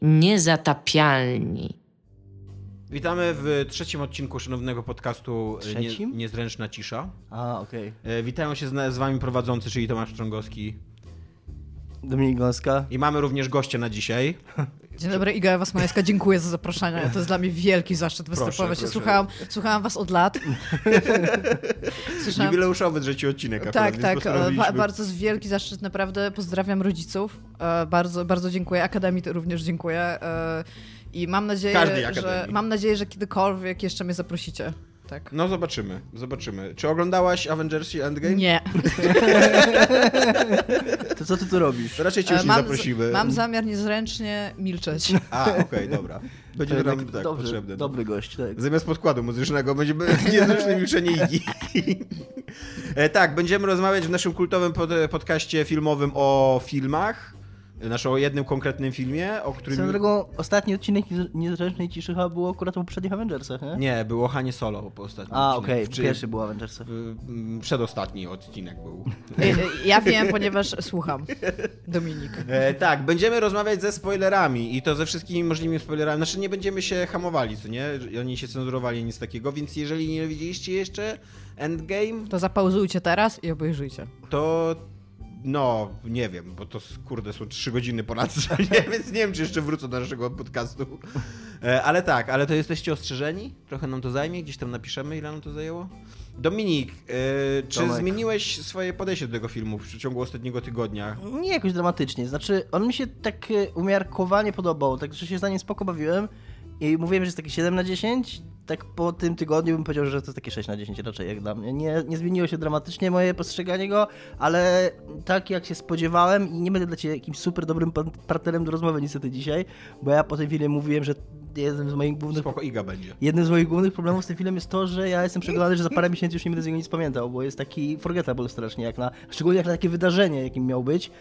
Niezatapialni. Witamy w trzecim odcinku szanownego podcastu Trzecim? Niezręczna cisza. Okej. Witają się z wami prowadzący, czyli Tomasz Strągowski. Dominik Gąska. I mamy również gościa na dzisiaj. Dzień dobry, Iga Ewa-Smolewska, dziękuję za zaproszenie. To jest dla mnie wielki zaszczyt występować. Proszę. Słuchałam was od lat. Jubileuszowy trzeci odcinek Tak, akurat, tak. Bardzo wielki zaszczyt, naprawdę. Pozdrawiam rodziców. Bardzo, bardzo dziękuję. Akademii również dziękuję. I mam nadzieję, że kiedykolwiek jeszcze mnie zaprosicie. Tak. No zobaczymy. Czy oglądałaś Avengersi Endgame? Nie. To co ty tu robisz? To raczej cię już nie zaprosimy. Mam zamiar niezręcznie milczeć. Okej, dobra. Będzie nam tak potrzebne. Dobry gość, tak. Zamiast podkładu muzycznego będzie niezręczne milczenie Igi. Tak, będziemy rozmawiać w naszym kultowym podcaście filmowym o filmach. O jednym konkretnym filmie, o którym... Swoją drogą, ostatni odcinek Niezręcznej Ciszy chyba było akurat po poprzednich Avengersach, nie? Nie, było Hanie Solo po ostatnim okej. Pierwszy był Avengersach. Przedostatni odcinek był. Ja wiem, ponieważ słucham. Dominik. Tak, będziemy rozmawiać ze spoilerami i to ze wszystkimi możliwymi spoilerami. Znaczy nie będziemy się hamowali, co nie? Oni się cenzurowali, nic takiego, więc jeżeli nie widzieliście jeszcze Endgame... To zapauzujcie teraz i obejrzyjcie. To... No, nie wiem, bo to kurde są 3 godziny ponad, więc nie wiem, czy jeszcze wrócę do naszego podcastu. Ale to jesteście ostrzeżeni? Trochę nam to zajmie, gdzieś tam napiszemy, ile nam to zajęło. Dominik, czy zmieniłeś swoje podejście do tego filmu w ciągu ostatniego tygodnia? Nie jakoś dramatycznie, znaczy on mi się tak umiarkowanie podobał, także się za nim spoko bawiłem i mówiłem, że jest takie 7/10. Tak po tym tygodniu bym powiedział, że to jest takie 6/10 raczej jak dla mnie. Nie zmieniło się dramatycznie moje postrzeganie go, ale tak jak się spodziewałem i nie będę dla ciebie jakimś super dobrym partnerem do rozmowy niestety dzisiaj, bo ja po tym filmie mówiłem, że jednym z moich głównych... Spoko, Iga będzie. Jednym z moich głównych problemów z tym filmem jest to, że ja jestem przekonany, że za parę miesięcy już nie będę z niego nic pamiętał, bo jest taki forgettable strasznie, szczególnie jak na takie wydarzenie, jakim miał być.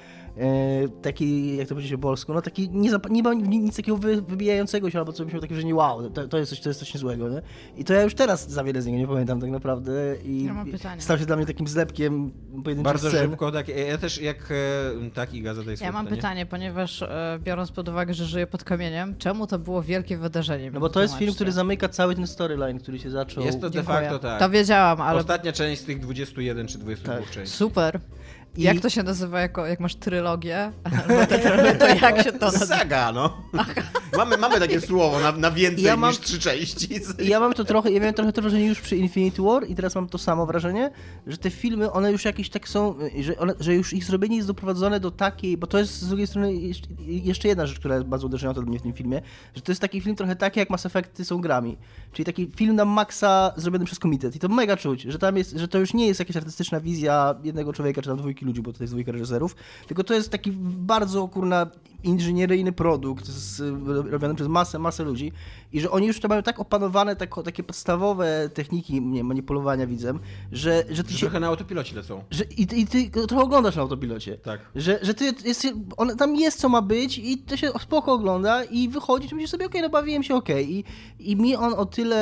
Taki, jak to powiedzieć po polsku, no taki nie ma nic takiego wybijającego się, albo co byś miał takie, że nie wow, to jest coś niezłego, nie? I to ja już teraz za wiele z niego nie pamiętam tak naprawdę i ja mam pytanie. Stał się dla mnie takim zlepkiem pojedynczych bardzo scen. szybko, tak, ja też tak, Iga, zadaj sobie Ja mam pytanie, ponieważ biorąc pod uwagę, że żyję pod kamieniem, czemu to było wielkie wydarzenie? No bo to jest film, który zamyka cały ten storyline, który się zaczął. Jest to de facto tak. To wiedziałam, ale... Ostatnia część z tych 21 czy 22 części. Super. Jak to się nazywa, jak masz trylogię? To jak się to nazywa? Saga, no. Mamy takie słowo na więcej niż 3 części. Ja miałem trochę to wrażenie już przy Infinity War i teraz mam to samo wrażenie, że te filmy, one już jakieś tak są, że już ich zrobienie jest doprowadzone do takiej, bo to jest z drugiej strony jeszcze jedna rzecz, która jest bardzo uderzająca dla mnie w tym filmie, że to jest taki film trochę taki, jak Mass Effecty są grami. Czyli taki film na maksa zrobiony przez komitet. I to mega czuć, że to już nie jest jakaś artystyczna wizja jednego człowieka, czy tam 2 ludzi, bo to jest 2 reżyserów, tylko to jest taki bardzo, inżynieryjny produkt robiony przez masę ludzi i że oni już to mają tak opanowane, takie podstawowe techniki manipulowania widzem, że ty się... Trochę na autopilocie lecą. I ty trochę oglądasz na autopilocie. Tak. Że ty tam jest co ma być i to się spoko ogląda i wychodzi, to myślisz sobie, okej, no bawiłem się, okej. I mi on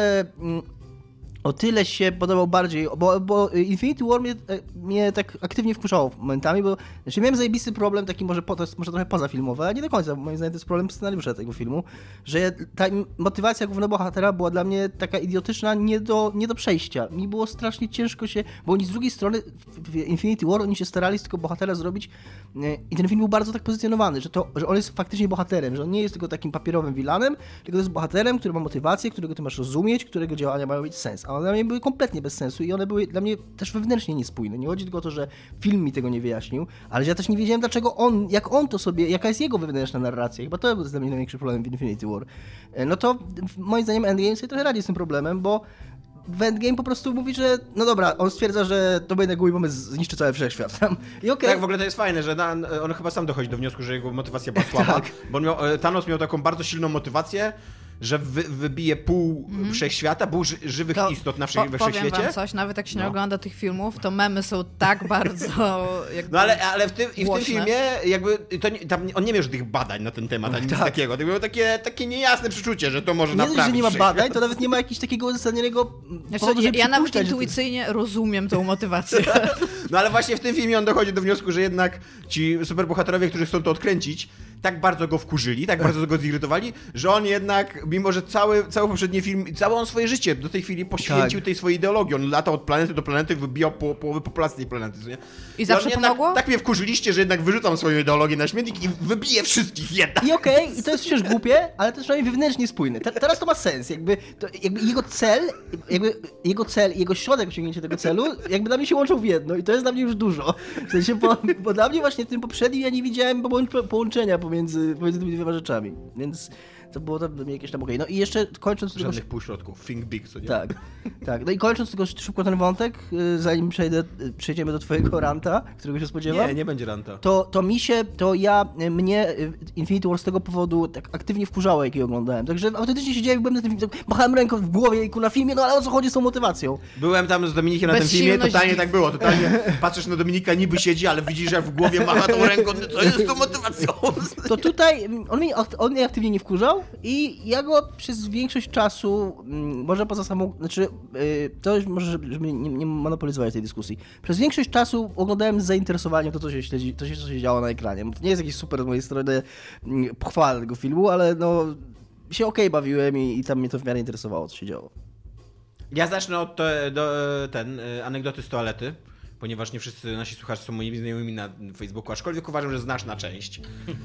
o tyle się podobał bardziej, bo Infinity War mnie tak aktywnie wkurzało momentami, bo znaczy miałem zajebisty problem, taki może trochę pozafilmowy, ale nie do końca, bo moim zdaniem to jest problem scenariusza tego filmu, że ta motywacja głównego bohatera była dla mnie taka idiotyczna, nie do przejścia. Mi było strasznie ciężko się, bo oni z drugiej strony w Infinity War oni się starali z tego bohatera zrobić i ten film był bardzo tak pozycjonowany, że on jest faktycznie bohaterem, że on nie jest tylko takim papierowym vilanem, tylko to jest bohaterem, który ma motywację, którego ty masz rozumieć, którego działania mają mieć sens. A one dla mnie były kompletnie bez sensu i one były dla mnie też wewnętrznie niespójne. Nie chodzi tylko o to, że film mi tego nie wyjaśnił, ale że ja też nie wiedziałem, dlaczego jaka jest jego wewnętrzna narracja. Chyba to jest dla mnie największy problem w Infinity War. No to moim zdaniem Endgame sobie trochę radzi z tym problemem, bo w Endgame po prostu mówi, że no dobra, on stwierdza, że to będzie jego pomysł zniszczy cały wszechświat. I okay. Tak, w ogóle to jest fajne, że on chyba sam dochodzi do wniosku, że jego motywacja była słaba, tak. Bo Thanos miał taką bardzo silną motywację, że wybije pół wszechświata, pół żywych istot na wszechświecie. Powiem wam coś, nawet jak się nie ogląda tych filmów, to memy są tak bardzo jakby no ale w tym filmie jakby tam on nie miał żadnych badań na ten temat, ani nic takiego. To było takie niejasne przeczucie, że to może naprawić. Nie, że nie ma badań, to nawet nie ma jakiegoś takiego uzasadnionego powodu, ja nawet intuicyjnie rozumiem tą motywację. No ale właśnie w tym filmie on dochodzi do wniosku, że jednak ci superbohaterowie, którzy chcą to odkręcić, tak bardzo go wkurzyli, tak bardzo go zirytowali, że on jednak, mimo że cały poprzedni film, całe on swoje życie do tej chwili poświęcił tej swojej ideologii. On latał od planety do planety, wybijał połowę populacji tej planety. Nie? I zawsze pomogło? Tak mnie wkurzyliście, że jednak wyrzucam swoją ideologię na śmietnik i wybiję wszystkich jednak. I okej, i to jest przecież głupie, ale to jest przynajmniej wewnętrznie spójne. Teraz to ma sens, jakby jego cel i jego środek osiągnięcia tego celu, jakby dla mnie się łączą w jedno i to jest dla mnie już dużo. W sensie, bo dla mnie właśnie w tym poprzednim ja nie widziałem połączenia pomiędzy tymi dwiema rzeczami, więc to było dla mnie jakieś tam okej. No i jeszcze kończąc... Żadnych półśrodków, think big, co nie? Tak. No i kończąc tylko szybko ten wątek, zanim przejdziemy do twojego ranta, którego się spodziewam. Nie będzie ranta. Mnie Infinity War z tego powodu tak aktywnie wkurzało, jak je oglądałem. Także autentycznie siedziałem, byłem na tym filmie, machałem ręką w głowie i na filmie, no ale o co chodzi z tą motywacją? Byłem tam z Dominikiem na tym filmie, totalnie tak było. Totalnie patrzysz na Dominika, niby siedzi, ale widzisz, jak w głowie macha tą ręką, co jest z tą motywacją? To tutaj on mnie aktywnie nie wkurzał i ja go przez większość czasu, może poza samą, to już może, żeby nie monopolizować tej dyskusji, przez większość czasu oglądałem z zainteresowaniem to, co się działo na ekranie. To nie jest jakiś super z mojej strony pochwała tego filmu, ale no się okej bawiłem i tam mnie to w miarę interesowało, co się działo. Ja zacznę od anegdoty z toalety, ponieważ nie wszyscy nasi słuchacze są moimi znajomymi na Facebooku, aczkolwiek uważam, że znaczna część.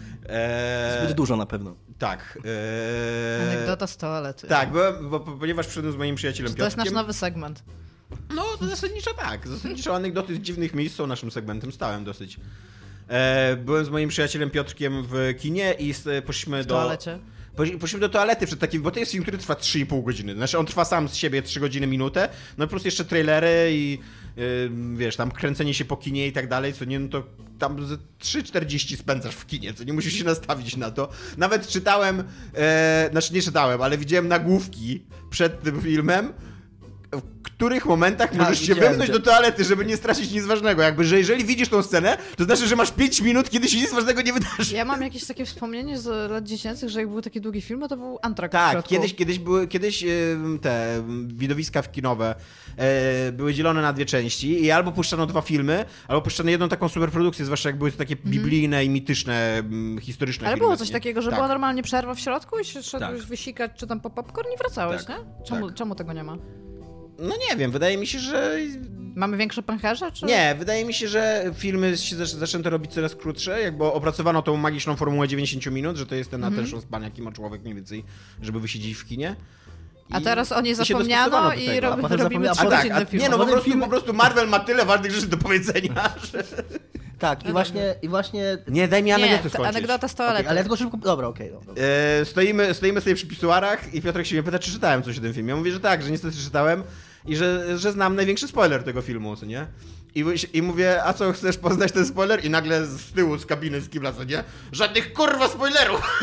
Zbyt dużo na pewno. Tak. Anegdota z toalety. Tak, ponieważ przyszedłem z moim przyjacielem Piotrkiem. To jest nasz nowy segment. No, to zasadniczo tak. Zasadniczo anegdoty z dziwnych miejsc są naszym segmentem stałym dosyć. Byłem z moim przyjacielem Piotrkiem w kinie i poszliśmy do... toalecie? Poszliśmy do toalety przed takim, bo to jest film, który trwa 3,5 godziny. Znaczy on trwa sam z siebie 3 godziny, minutę, no plus jeszcze trailery i wiesz, tam kręcenie się po kinie i tak dalej, co nie, no to tam 3:40 spędzasz w kinie, co nie musisz się nastawić na to. Nawet czytałem, nie czytałem, ale widziałem nagłówki przed tym filmem, w których momentach możesz się wymknąć do toalety, żeby nie stracić nic ważnego. Jakby, że jeżeli widzisz tą scenę, to znaczy, że masz 5 minut, kiedy się nic ważnego nie wydarzy. Ja mam jakieś takie wspomnienie z lat dziecięcych, że jak były takie długie filmy, to był Antrakt. Tak, kiedyś te widowiska kinowe były dzielone na 2 części i albo puszczano 2 filmy, albo puszczano jedną taką superprodukcję, zwłaszcza jak były to takie biblijne i mityczne, historyczne ale filmy. było coś takiego, że tak. była normalnie przerwa w środku i szedłeś wysikać czy tam po popcorn i wracałeś, tak, nie? Czemu tego nie ma? No nie wiem, wydaje mi się, że... Mamy większe pęcherze, czy...? Nie, wydaje mi się, że filmy zaczęto robić coraz krótsze, jakby opracowano tą magiczną formułę 90 minut, że to jest ten attention span, jaki ma człowiek mniej więcej, żeby wysiedzieć w kinie. A teraz o niej zapomniano i robimy 3 godzinne filmy. Nie, no po prostu Marvel ma tyle ważnych rzeczy do powiedzenia, że... Tak, i właśnie... Nie, daj mi anegdotę skończyć. Anegdota z toalety. Okay, ale ja tylko szybko... Dobra, okej. Stoimy sobie przy pisuarach i Piotrek się mnie pyta, czy czytałem coś o tym filmie. Ja mówię, że tak, że niestety czytałem i że znam największy spoiler tego filmu, co nie? I mówię, a co, chcesz poznać ten spoiler? I nagle z tyłu, z kabiny, z kibla, co nie? Żadnych kurwa spoilerów!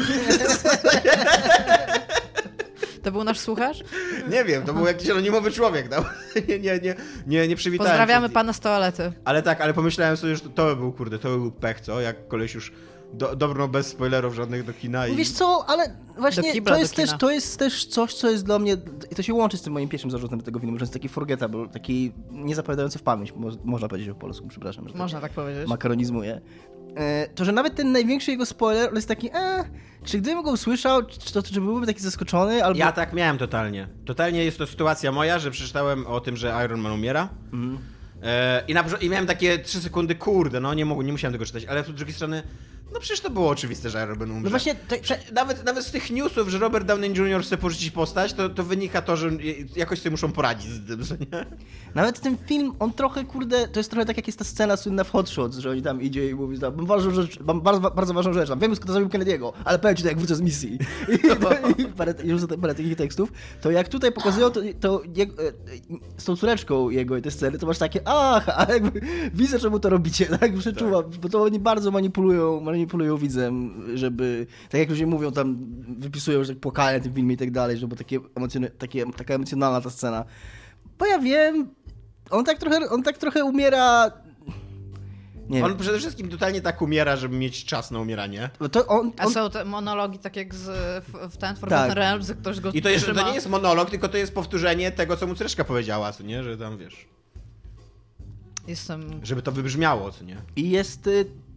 To był nasz słuchacz? Nie wiem, to był jakiś anonimowy człowiek. No. Nie przywitałem. Pozdrawiamy pana z toalety. Ale pomyślałem sobie, że to był pech, co? Jak koleś już dobrno bez spoilerów żadnych do kina. Wiesz co, ale właśnie to jest też coś, co jest dla mnie, i to się łączy z tym moim pierwszym zarzutem do tego filmu, że jest taki forgettable, taki niezapowiadający w pamięć, można powiedzieć po polsku, przepraszam. Że można tak powiedzieć. Makaronizmuję. To, że nawet ten największy jego spoiler, on jest taki, czy gdybym go usłyszał, czy byłbym taki zaskoczony? Albo... Ja tak miałem totalnie. Totalnie jest to sytuacja moja, że przeczytałem o tym, że Iron Man umiera. I miałem takie 3 sekundy, kurde, no nie musiałem tego czytać, ale z drugiej strony, no przecież to było oczywiste, że Iron Man umrze. No właśnie, nawet z tych newsów, że Robert Downey Jr. chce porzucić postać, to wynika to, że jakoś sobie muszą poradzić z tym, że nie? Nawet ten film, on trochę, kurde, to jest trochę tak jak jest ta scena słynna w Hot Shots, że oni tam idzie i mówi, mam bardzo ważną rzecz, wiem kto zabił Kennedy'ego, ale powiem ci to jak wrócę z misji. I parę takich tekstów. To jak tutaj pokazują, to z tą córeczką jego i te sceny, to masz takie, a jakby widzę, czemu to robicie, tak? Przeczuwam, bo to oni bardzo manipulują widzem, żeby, tak jak ludzie mówią, tam wypisują, że tak płakałem na tym filmie i tak dalej, że bo taka emocjonalna ta scena. Bo ja wiem, on tak trochę umiera... Nie on wiem. przede wszystkim totalnie tak umiera, żeby mieć czas na umieranie. A są te monologi tak jak w ten Forgotten Realms, że ktoś go I to nie jest monolog, tylko to jest powtórzenie tego, co mu córeczka powiedziała, co nie? Że tam, wiesz... Żeby to wybrzmiało, co nie? I jest...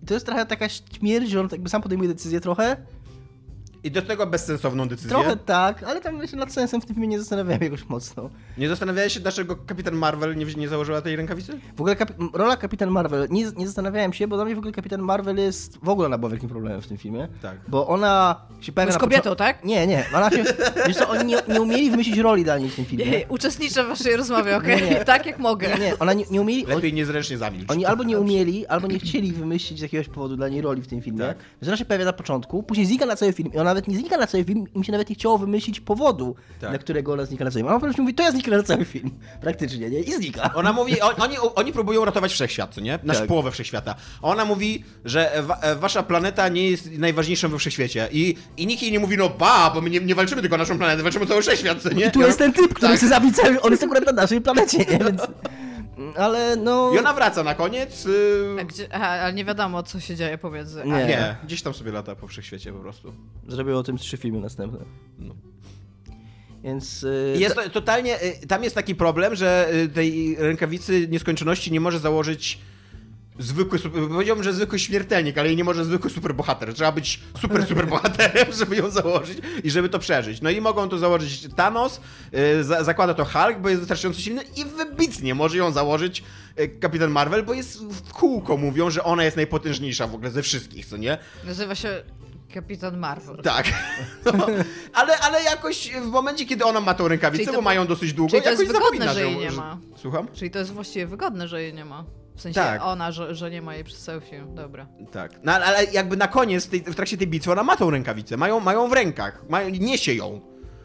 I to jest trochę taka śmierć, że on jakby sam podejmuje decyzję trochę. I do tego bezsensowną decyzję. Trochę tak, ale tam się nad sensem w tym filmie nie zastanawiałem jakoś mocno. Nie zastanawiałeś się, dlaczego Kapitan Marvel nie założyła tej rękawicy? W ogóle rola Kapitan Marvel, nie zastanawiałem się, bo dla mnie w ogóle Kapitan Marvel jest, w ogóle ona była wielkim problemem w tym filmie. Tak. Bo ona się pojawia z kobietą, tak? Nie. Ona się, wiesz co, oni nie umieli wymyślić roli dla niej w tym filmie. Uczestniczę w waszej rozmowie, okej? Nie. Tak jak mogę. Nie, ona nie umieli... Lepiej niezręcznie zamilcz. Oni albo nie umieli, albo nie chcieli wymyślić z jakiegoś powodu dla niej roli w tym filmie. Tak. Więc ona się pojawia na początku, później znika na cały film i ona nawet nie znika na cały film, im się nawet nie chciało wymyślić powodu, dla którego ona znika na cały film. Ona po prostu mówi, to ja zniknę na cały film. Praktycznie, nie? I znika. Ona mówi, oni próbują ratować wszechświat, co nie? Nasz połowę wszechświata. A ona mówi, że wasza planeta nie jest najważniejszą we wszechświecie. I nikt jej nie mówi, no bo my nie walczymy tylko o naszą planetę, walczymy o cały wszechświat, co nie? I tu jest ten typ, który chce zabić cały... On jest akurat na naszej planecie, nie? Więc... Ale no... I ona wraca na koniec. Ale nie wiadomo, co się dzieje pomiędzy. Nie, gdzieś tam sobie lata po wszechświecie po prostu. Zrobił o tym 3 filmy następne. No. Więc... Jest to, totalnie... Tam jest taki problem, że tej rękawicy nieskończoności nie może założyć zwykły... Powiedziałbym, że zwykły śmiertelnik, ale nie może zwykły superbohater. Trzeba być superbohaterem, żeby ją założyć i żeby to przeżyć. No i mogą to założyć Thanos, zakłada to Hulk, bo jest wystarczająco silny i wybitnie może ją założyć Kapitan Marvel, bo jest w kółko mówią, że ona jest najpotężniejsza w ogóle ze wszystkich, co nie? Nazywa się Kapitan Marvel. Tak. No, ale jakoś w momencie, kiedy ona ma tą rękawicę, bo mają dosyć długo, czyli to jakoś jest wygodne, zapomina, że jej nie ma. Słucham? Czyli to jest właściwie wygodne, że jej nie ma. W sensie tak. ona, że nie ma jej przez cały film. Dobra. Tak. No ale jakby na koniec, w trakcie tej bitwy, ona ma tą rękawicę. Mają w rękach. Niesie ją.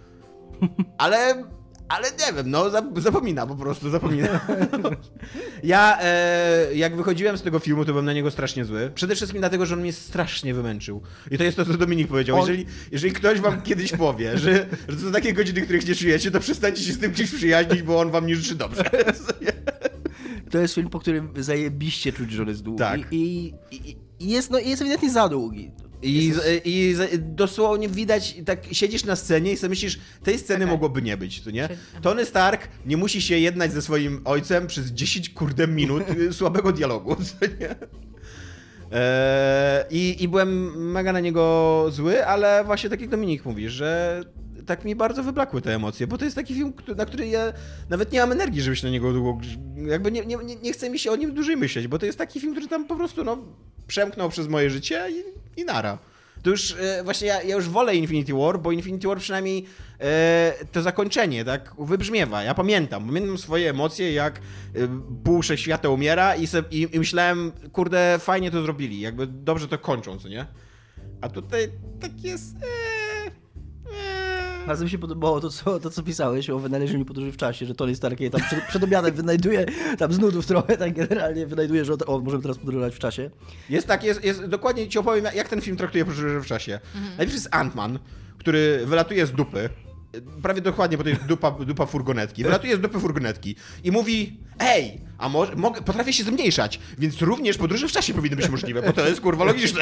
Ale nie wiem, no zapomina po prostu, zapomina. Ja jak wychodziłem z tego filmu, to byłem na niego strasznie zły. Przede wszystkim dlatego, że on mnie strasznie wymęczył. I to jest to, co Dominik powiedział. Jeżeli ktoś wam kiedyś powie, że to są takie godziny, których nie czujecie, to przestańcie się z tym kimś przyjaźnić, bo on wam nie życzy dobrze. To jest film, po którym zajebiście czuć, że on jest długi. Tak. I jest ewidentnie za długi. I dosłownie widać, tak siedzisz na scenie i sobie myślisz, tej sceny mogłoby nie być, co nie? Tony Stark nie musi się jednać ze swoim ojcem przez 10 minut słabego dialogu, co nie? I byłem mega na niego zły, ale właśnie tak jak Dominik mówi, że tak mi bardzo wyblakły te emocje, bo to jest taki film, na który ja nawet nie mam energii, żeby się na niego długo... Jakby nie chce mi się o nim dłużej myśleć, bo to jest taki film, który tam po prostu przemknął przez moje życie i nara. To już właśnie ja już wolę Infinity War, bo Infinity War przynajmniej to zakończenie tak wybrzmiewa. Ja pamiętam swoje emocje, jak pół wszechświata umiera i myślałem, kurde, fajnie to zrobili, jakby dobrze to kończą, co nie? A tutaj tak jest... Bardzo mi się podobało to, co pisałeś o wynalezieniu podróży w czasie, że Tony Stark je tam przed obiadem wynajduje, tam z nudów trochę, tak generalnie wynajduje, że możemy teraz podróżować w czasie. Jest dokładnie ci opowiem, jak ten film traktuje podróże w czasie. Najpierw jest Ant-Man, który wylatuje z dupy, prawie dokładnie, bo to jest dupa furgonetki. Wylatuje z dupy furgonetki i mówi, ej, a może potrafię się zmniejszać, więc również podróże w czasie powinny być możliwe, bo to jest kurwa logiczne.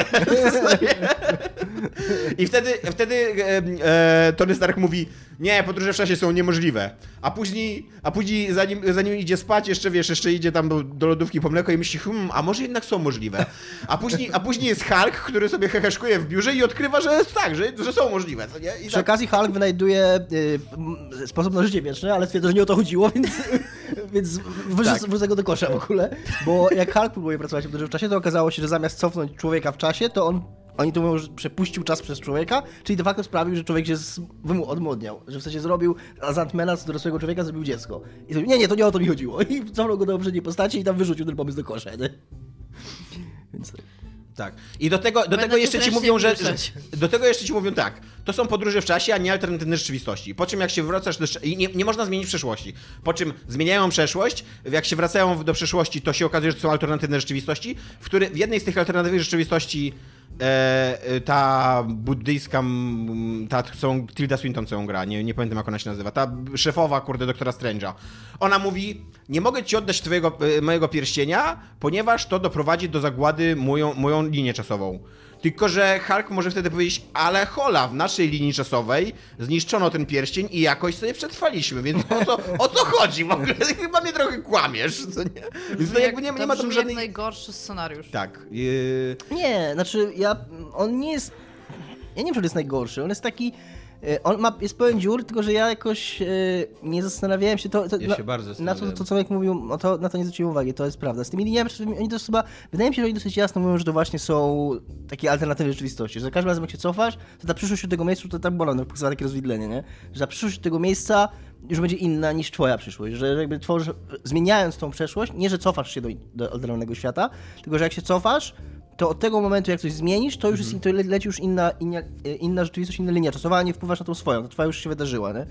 I wtedy Tony Stark mówi, nie, podróże w czasie są niemożliwe. A później zanim idzie spać, jeszcze idzie tam do lodówki po mleko i myśli, a może jednak są możliwe. A później jest Hulk, który sobie heheszkuje w biurze i odkrywa, że jest tak, że są możliwe. Co nie? Przy okazji Hulk wynajduje sposób na życie wieczne, ale stwierdza, że nie o to chodziło, więc wrzucę go do kosza w ogóle. Bo jak Hulk próbuje pracować w podróży w czasie, to okazało się, że zamiast cofnąć człowieka w czasie, to oni tu mówią, że przepuścił czas przez człowieka, czyli de facto sprawił, że człowiek się odmłodniał. Że w sensie zrobił z Ant-Mana z dorosłego człowieka, zrobił dziecko. I to, nie, to nie o to mi chodziło. I cofnął go do poprzedniej postaci i tam wyrzucił ten pomysł do kosza. Nie? Więc tak. I do tego jeszcze ci mówią, do tego jeszcze ci mówią tak, to są podróże w czasie, a nie alternatywne rzeczywistości. Po czym jak się wracasz i nie można zmienić przeszłości. Po czym zmieniają przeszłość, jak się wracają do przeszłości, to się okazuje, że to są alternatywne rzeczywistości, w jednej z tych alternatywnych rzeczywistości ta buddyjska, co Tilda Swinton co ją gra, nie pamiętam jak ona się nazywa, ta szefowa, doktora Strange'a. Ona mówi, nie mogę ci oddać mojego pierścienia, ponieważ to doprowadzi do zagłady moją linię czasową. Tylko że Hulk może wtedy powiedzieć, ale hola, w naszej linii czasowej zniszczono ten pierścień i jakoś sobie przetrwaliśmy, więc o co chodzi w ogóle? Chyba mnie trochę kłamiesz, co nie? Więc to jakby nie ma tam żadnej... najgorszy scenariusz. Tak. Nie, znaczy on nie jest... Ja nie wiem, czy on jest najgorszy, on jest taki... jest pełen dziur, tylko że ja jakoś nie zastanawiałem się, ja się bardzo zastanawiałem. To co jak mówił, na to nie zwróciłem uwagi, to jest prawda. Z tymi liniami, oni to chyba, wydaje mi się, że oni dosyć jasno mówią, że to właśnie są takie alternatywy rzeczywistości, że za każdym razem jak się cofasz, to ta przyszłość do tego miejsca, to tam bolą, pokazała takie rozwidlenie, nie? Że ta przyszłość do tego miejsca już będzie inna niż twoja przyszłość, że jakby tworzysz, zmieniając tą przeszłość, nie że cofasz się do alternatywnego świata, tylko że jak się cofasz, to od tego momentu, jak coś zmienisz, to już jest, to leci już inna rzeczywistość, inna linia czasowa, a nie wpływasz na tą swoją, to twoja już się wydarzyła, nie?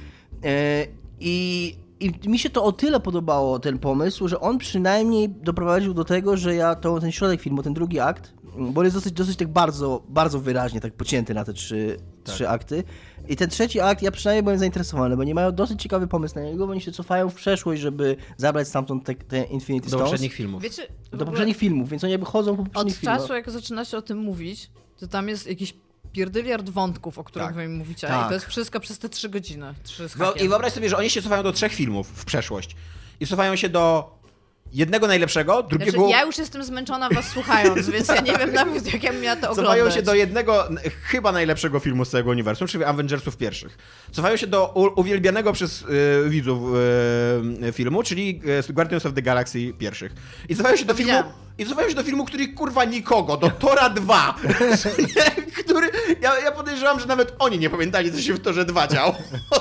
I mi się to o tyle podobało, ten pomysł, że on przynajmniej doprowadził do tego, że ten środek filmu, ten drugi akt, bo on jest dosyć tak bardzo, bardzo wyraźnie tak pocięty na te trzy akty. I ten trzeci akt, ja przynajmniej byłem zainteresowany, bo oni mają dosyć ciekawy pomysł na niego, bo oni się cofają w przeszłość, żeby zabrać stamtąd te Infinity Stones. Do poprzednich filmów. Wiecie, do poprzednich filmów, więc oni jakby chodzą po poprzednich filmach. Od czasu, jak zaczynacie o tym mówić, to tam jest jakiś pierdyliard wątków, o których wy mi mówicie. Tak. I to jest wszystko przez te 3 godziny. I wyobraź sobie, że oni się cofają do 3 filmów w przeszłość. I cofają się do jednego najlepszego, drugiego... Znaczy, ja już jestem zmęczona was słuchając, więc ja nie wiem nawet, jak ja bym miała to oglądać. Cofają się do jednego chyba najlepszego filmu z całego uniwersum, czyli Avengersów pierwszych. Cofają się do uwielbianego przez widzów filmu, czyli Guardians of the Galaxy pierwszych. I cofają się do filmu, który kurwa nikogo, do Tora 2, który... Ja podejrzewam, że nawet oni nie pamiętali, co się w Torze 2 działo.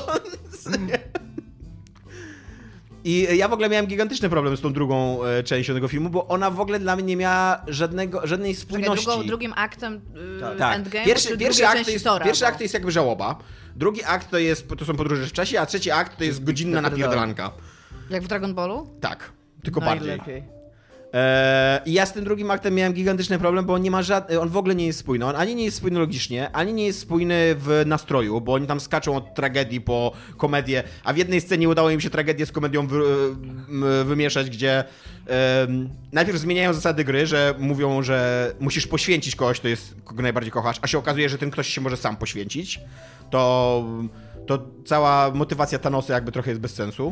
I ja w ogóle miałem gigantyczny problem z tą drugą częścią tego filmu, bo ona w ogóle dla mnie nie miała żadnej spójności. Drugim aktem tak. Endgame, Pierwszy akt to jest jakby żałoba, drugi akt to są podróże w czasie, a trzeci akt to jest godzinna napierdalanka. Jak w Dragon Ballu? Tak, tylko Najlepiej. bardziej. I ja z tym drugim aktem miałem gigantyczny problem, bo on nie ma on w ogóle nie jest spójny. On ani nie jest spójny logicznie, ani nie jest spójny w nastroju, bo oni tam skaczą od tragedii po komedię, a w jednej scenie udało im się tragedię z komedią wymieszać, gdzie najpierw zmieniają zasady gry, że mówią, że musisz poświęcić kogoś, kogo najbardziej kochasz, a się okazuje, że ten ktoś się może sam poświęcić. To cała motywacja Thanosa jakby trochę jest bez sensu.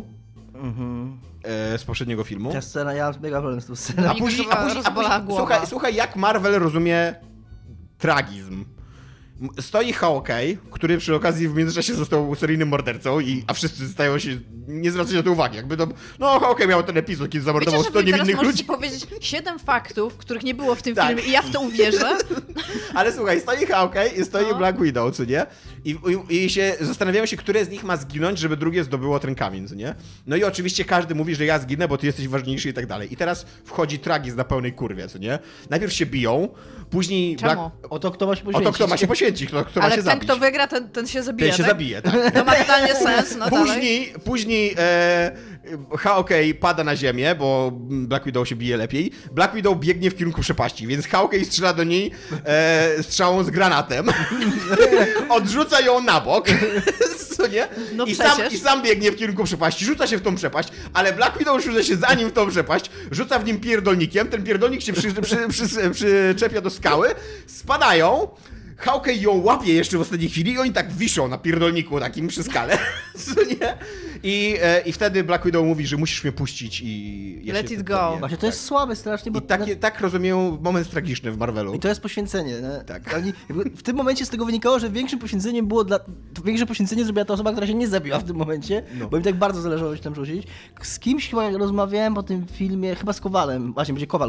Z poprzedniego filmu. Ta scena, ja mam mega problem z tą sceną. A później słuchaj, jak Marvel rozumie tragizm. Stoi Hawkeye, który przy okazji w międzyczasie został seryjnym mordercą, a wszyscy stają się, nie zwracają na to uwagi, jakby Hawkeye miał ten epizod, kiedy zamordował 100 niewinnych ludzi. Powiedzieć 7 faktów, których nie było w tym filmie i ja w to uwierzę. Ale słuchaj, stoi Hawkeye i stoi Black Widow, co nie? I się zastanawiają się, które z nich ma zginąć, żeby drugie zdobyło ten kamień, co nie? No i oczywiście każdy mówi, że ja zginę, bo ty jesteś ważniejszy i tak dalej. I teraz wchodzi tragizm na pełnej kurwie, co nie? Najpierw się biją, później... Oto kto ma się poświęcić. Kto ma się poświęcić, kto ma się zabić. Ale ten, kto wygra, ten się zabije, Ten się zabije, tak. To ma totalnie sens, no Później Hawkeye pada na ziemię, bo Black Widow się bije lepiej. Black Widow biegnie w kierunku przepaści, więc Hawkeye strzela do niej strzałą z granatem. Odrzuca ją na bok. Co nie? No I sam biegnie w kierunku przepaści, rzuca się w tą przepaść, ale Black Widow rzuca się za nim w tą przepaść, rzuca w nim pierdolnikiem, ten pierdolnik się przyczepia do skały, spadają. Hawkeye ją łapie jeszcze w ostatniej chwili i oni tak wiszą na pierdolniku takim przy skale. Co nie? I wtedy Black Widow mówi, że musisz mnie puścić i... Let it go. Właśnie to jest słabe strasznie, bo... Tak rozumiem moment tragiczny w Marvelu. I to jest poświęcenie, nie? Tak. W tym momencie z tego wynikało, że większym poświęceniem było większe poświęcenie zrobiła ta osoba, która się nie zabiła w tym momencie, bo im tak bardzo zależało się tam rzucić. Z kimś chyba rozmawiałem po tym filmie, chyba z Kowalem, właśnie będzie Kowal,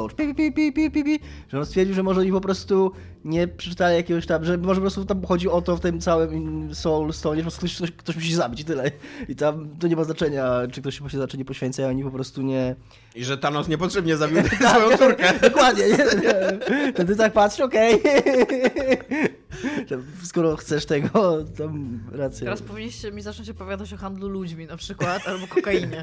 że on stwierdził, że może oni po prostu nie przeczytali jakiegoś tam, że może po prostu tam chodzi o to w tym całym Soul Stone, że po prostu ktoś musi się zabić i tyle. I tam to nie ma znaczenia, czy ktoś się zacznie poświęcać, a oni po prostu nie... I że Thanos niepotrzebnie zabił swoją córkę. Dokładnie, nie. To ty tak patrz, okej. Skoro chcesz tego, to rację. Teraz powinniście mi zacząć opowiadać o handlu ludźmi na przykład, albo kokainie.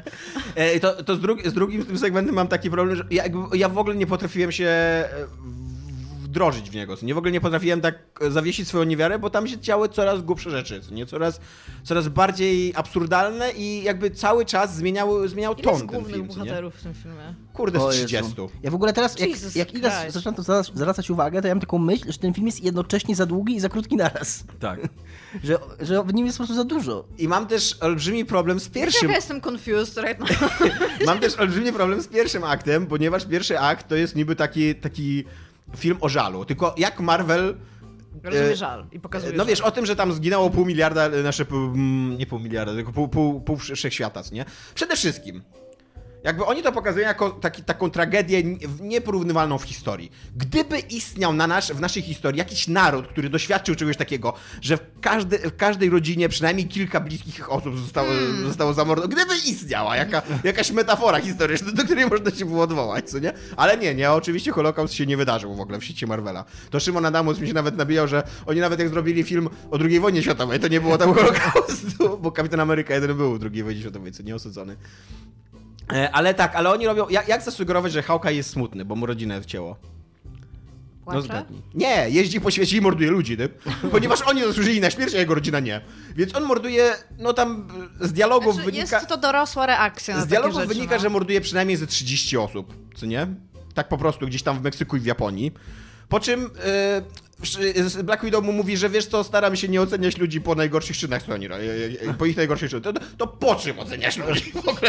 Z drugim tym segmentem mam taki problem, że ja w ogóle nie potrafiłem się wdrożyć w niego, co nie? W ogóle nie potrafiłem tak zawiesić swoją niewiarę, bo tam się działy coraz głupsze rzeczy, co nie? Coraz bardziej absurdalne i jakby cały czas zmieniał ton ten film, bohaterów w tym filmie? Kurde, z 30. Ja w ogóle teraz, jak Iga zaczyna to zwracać uwagę, to ja mam taką myśl, że ten film jest jednocześnie za długi i za krótki naraz. Tak. że w nim jest po prostu za dużo. I mam też olbrzymi problem z pierwszym... Ja jestem confused right now. Mam też olbrzymi problem z pierwszym aktem, ponieważ pierwszy akt to jest niby taki film o żalu. Tylko jak Marvel... Rozumie żal i pokazuje No wiesz, o tym, że tam zginęło 500 miliarda, nie 500 miliarda, tylko pół wszechświata, nie? Przede wszystkim. Jakby oni to pokazują jako taką tragedię nieporównywalną w historii. Gdyby istniał w naszej historii jakiś naród, który doświadczył czegoś takiego, że w każdej rodzinie przynajmniej kilka bliskich osób zostało zamordowanych, gdyby istniała jakaś metafora historyczna, do której można się było odwołać, co nie? Ale nie, oczywiście Holokaust się nie wydarzył w ogóle w sieci Marvela. To Szymon Adamus mi się nawet nabijał, że oni nawet jak zrobili film o II wojnie światowej, to nie było tam Holokaustu, bo Kapitan Ameryka 1 był w II wojnie światowej, co nie osadzony. Ale oni robią... Jak zasugerować, że Hawkeye jest smutny, bo mu rodzinę wcięło? Płacze? No zgadnij. Nie, jeździ po świecie i morduje ludzi, ponieważ oni zasłużyli na śmierć, a jego rodzina nie. Więc on morduje, no tam z dialogów wynika... Jest to dorosła reakcja na z dialogów takie rzeczy, wynika, no. że morduje przynajmniej ze 30 osób, co nie? Tak po prostu, gdzieś tam w Meksyku i w Japonii. Po czym Black Widow mu mówi, że wiesz co, staram się nie oceniać ludzi po najgorszych czynach, co oni robią, po ich najgorszych czynach. To po czym oceniasz ludzi w ogóle?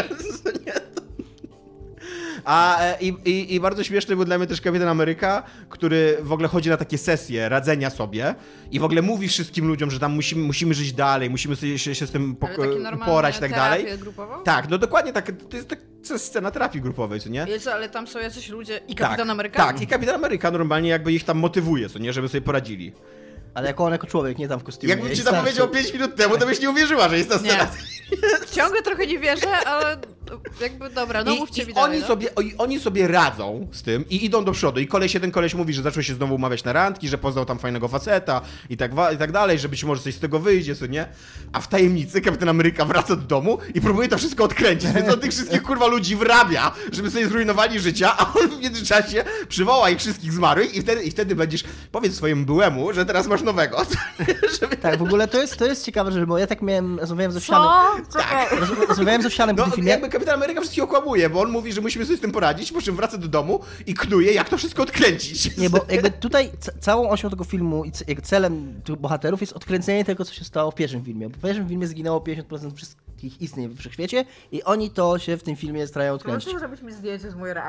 I bardzo śmieszny był dla mnie też Kapitan Ameryka, który w ogóle chodzi na takie sesje radzenia sobie i w ogóle mówi wszystkim ludziom, że tam musimy żyć dalej, musimy się z tym porać i tak dalej. Grupową? Tak, no dokładnie tak. To jest scena terapii grupowej, co nie? Ale tam są jacyś ludzie i Kapitan Ameryka? Tak, i Kapitan Ameryka normalnie jakby ich tam motywuje, co nie? Żeby sobie poradzili. Ale on jako człowiek, nie tam w kostiumie. Jakbym ci to powiedział 5 minut temu, to byś nie uwierzyła, że jest ta scena. Ciągle trochę nie wierzę, ale jakby dobra, no mówcie mi dalej. Oni sobie radzą z tym i idą do przodu. I jeden koleś mówi, że zaczął się znowu umawiać na randki, że poznał tam fajnego faceta i tak dalej, że być może coś z tego wyjdzie, co nie? A w tajemnicy Kapitan Ameryka wraca do domu i próbuje to wszystko odkręcić. Więc on tych wszystkich kurwa ludzi wrabia, żeby sobie zrujnowali życia, a on w międzyczasie przywoła ich wszystkich zmarłych i wtedy będziesz, powiedz swojemu byłemu, że teraz masz nowego. Tak, w ogóle to jest ciekawe, bo ja tak rozmawiałem z Owsianem. Tak. Rozmawiałem z Owsianem po tym filmie. Jakby Kapitan Ameryka wszystkich okłamuje, bo on mówi, że musimy sobie z tym poradzić, po czym wraca do domu i knuje, jak to wszystko odkręcić. Nie, bo jakby tutaj całą osią tego filmu i celem tych bohaterów jest odkręcenie tego, co się stało w pierwszym filmie. Bo w pierwszym filmie zginęło 50% wszystkich istnień w wszechświecie i oni to się w tym filmie starają odkręcić. Proszę zrobić mi zdjęcie z mojej reakcji.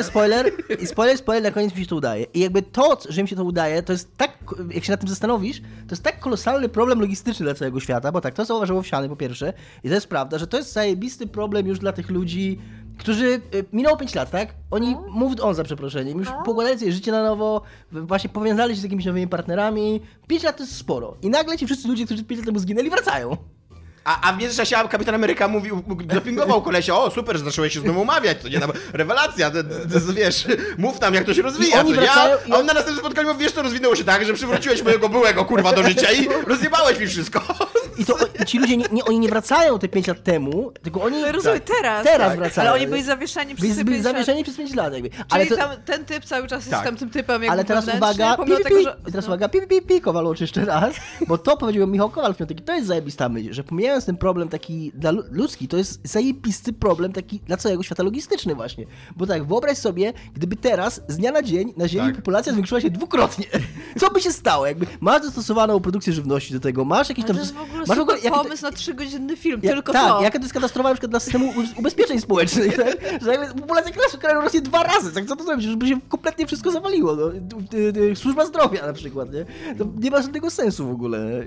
I spoiler, na koniec mi się to udaje. I jakby to, że mi się to udaje, to jest tak, jak się nad tym zastanowisz, to jest tak kolosalny problem logistyczny dla całego świata, bo tak, to zauważył Owsiany po pierwsze i to jest prawda, że to jest zajebisty problem już dla tych ludzi, którzy minęło 5 lat, tak? Oni moved on, za przeproszeniem, już pokładali sobie życie na nowo, właśnie powiązali się z jakimiś nowymi partnerami. 5 lat to jest sporo. I nagle ci wszyscy ludzie, którzy 5 lat temu zginęli, wracają. A w międzyczasie Kapitan Ameryka dopingował kolesia, o super, że zacząłeś się z nim umawiać, co nie, tam, rewelacja, wiesz, mów nam jak to się rozwija, co nie, a on na następnym spotkaniu mówi, wiesz co, rozwinęło się tak, że przywróciłeś mojego byłego kurwa do życia i rozjebałeś mi wszystko. I ci ludzie, oni nie wracają te 5 lat temu, tylko oni teraz wracają. Ale oni byli zawieszeni przez 5 lat. Zawieszeni przez 5 lat jakby. Czyli ten typ cały czas jest tam tym typem jakby. Ale teraz uwaga, Kowalowicz jeszcze raz, bo to powiedział Michał Kowal w piątek i to jest zajebista myśl, że pomijając ten problem taki dla ludzki, to jest zajebisty problem taki dla całego świata logistyczny właśnie. Bo tak, wyobraź sobie, gdyby teraz z dnia na dzień na Ziemi populacja zwiększyła się dwukrotnie. Co by się stało? Jakby masz dostosowaną produkcję żywności do tego, masz jakiś tam... To jest w ogóle pomysł na 3-godzinny film, tylko tak, to. Tak, jaka to jest katastrofa na przykład dla systemu ubezpieczeń społecznych, tak? Że jakby populacja kraju rośnie 2 razy, tak? Co to zrobić? Żeby się kompletnie wszystko zawaliło, no. Służba zdrowia na przykład, nie? To nie ma żadnego sensu w ogóle.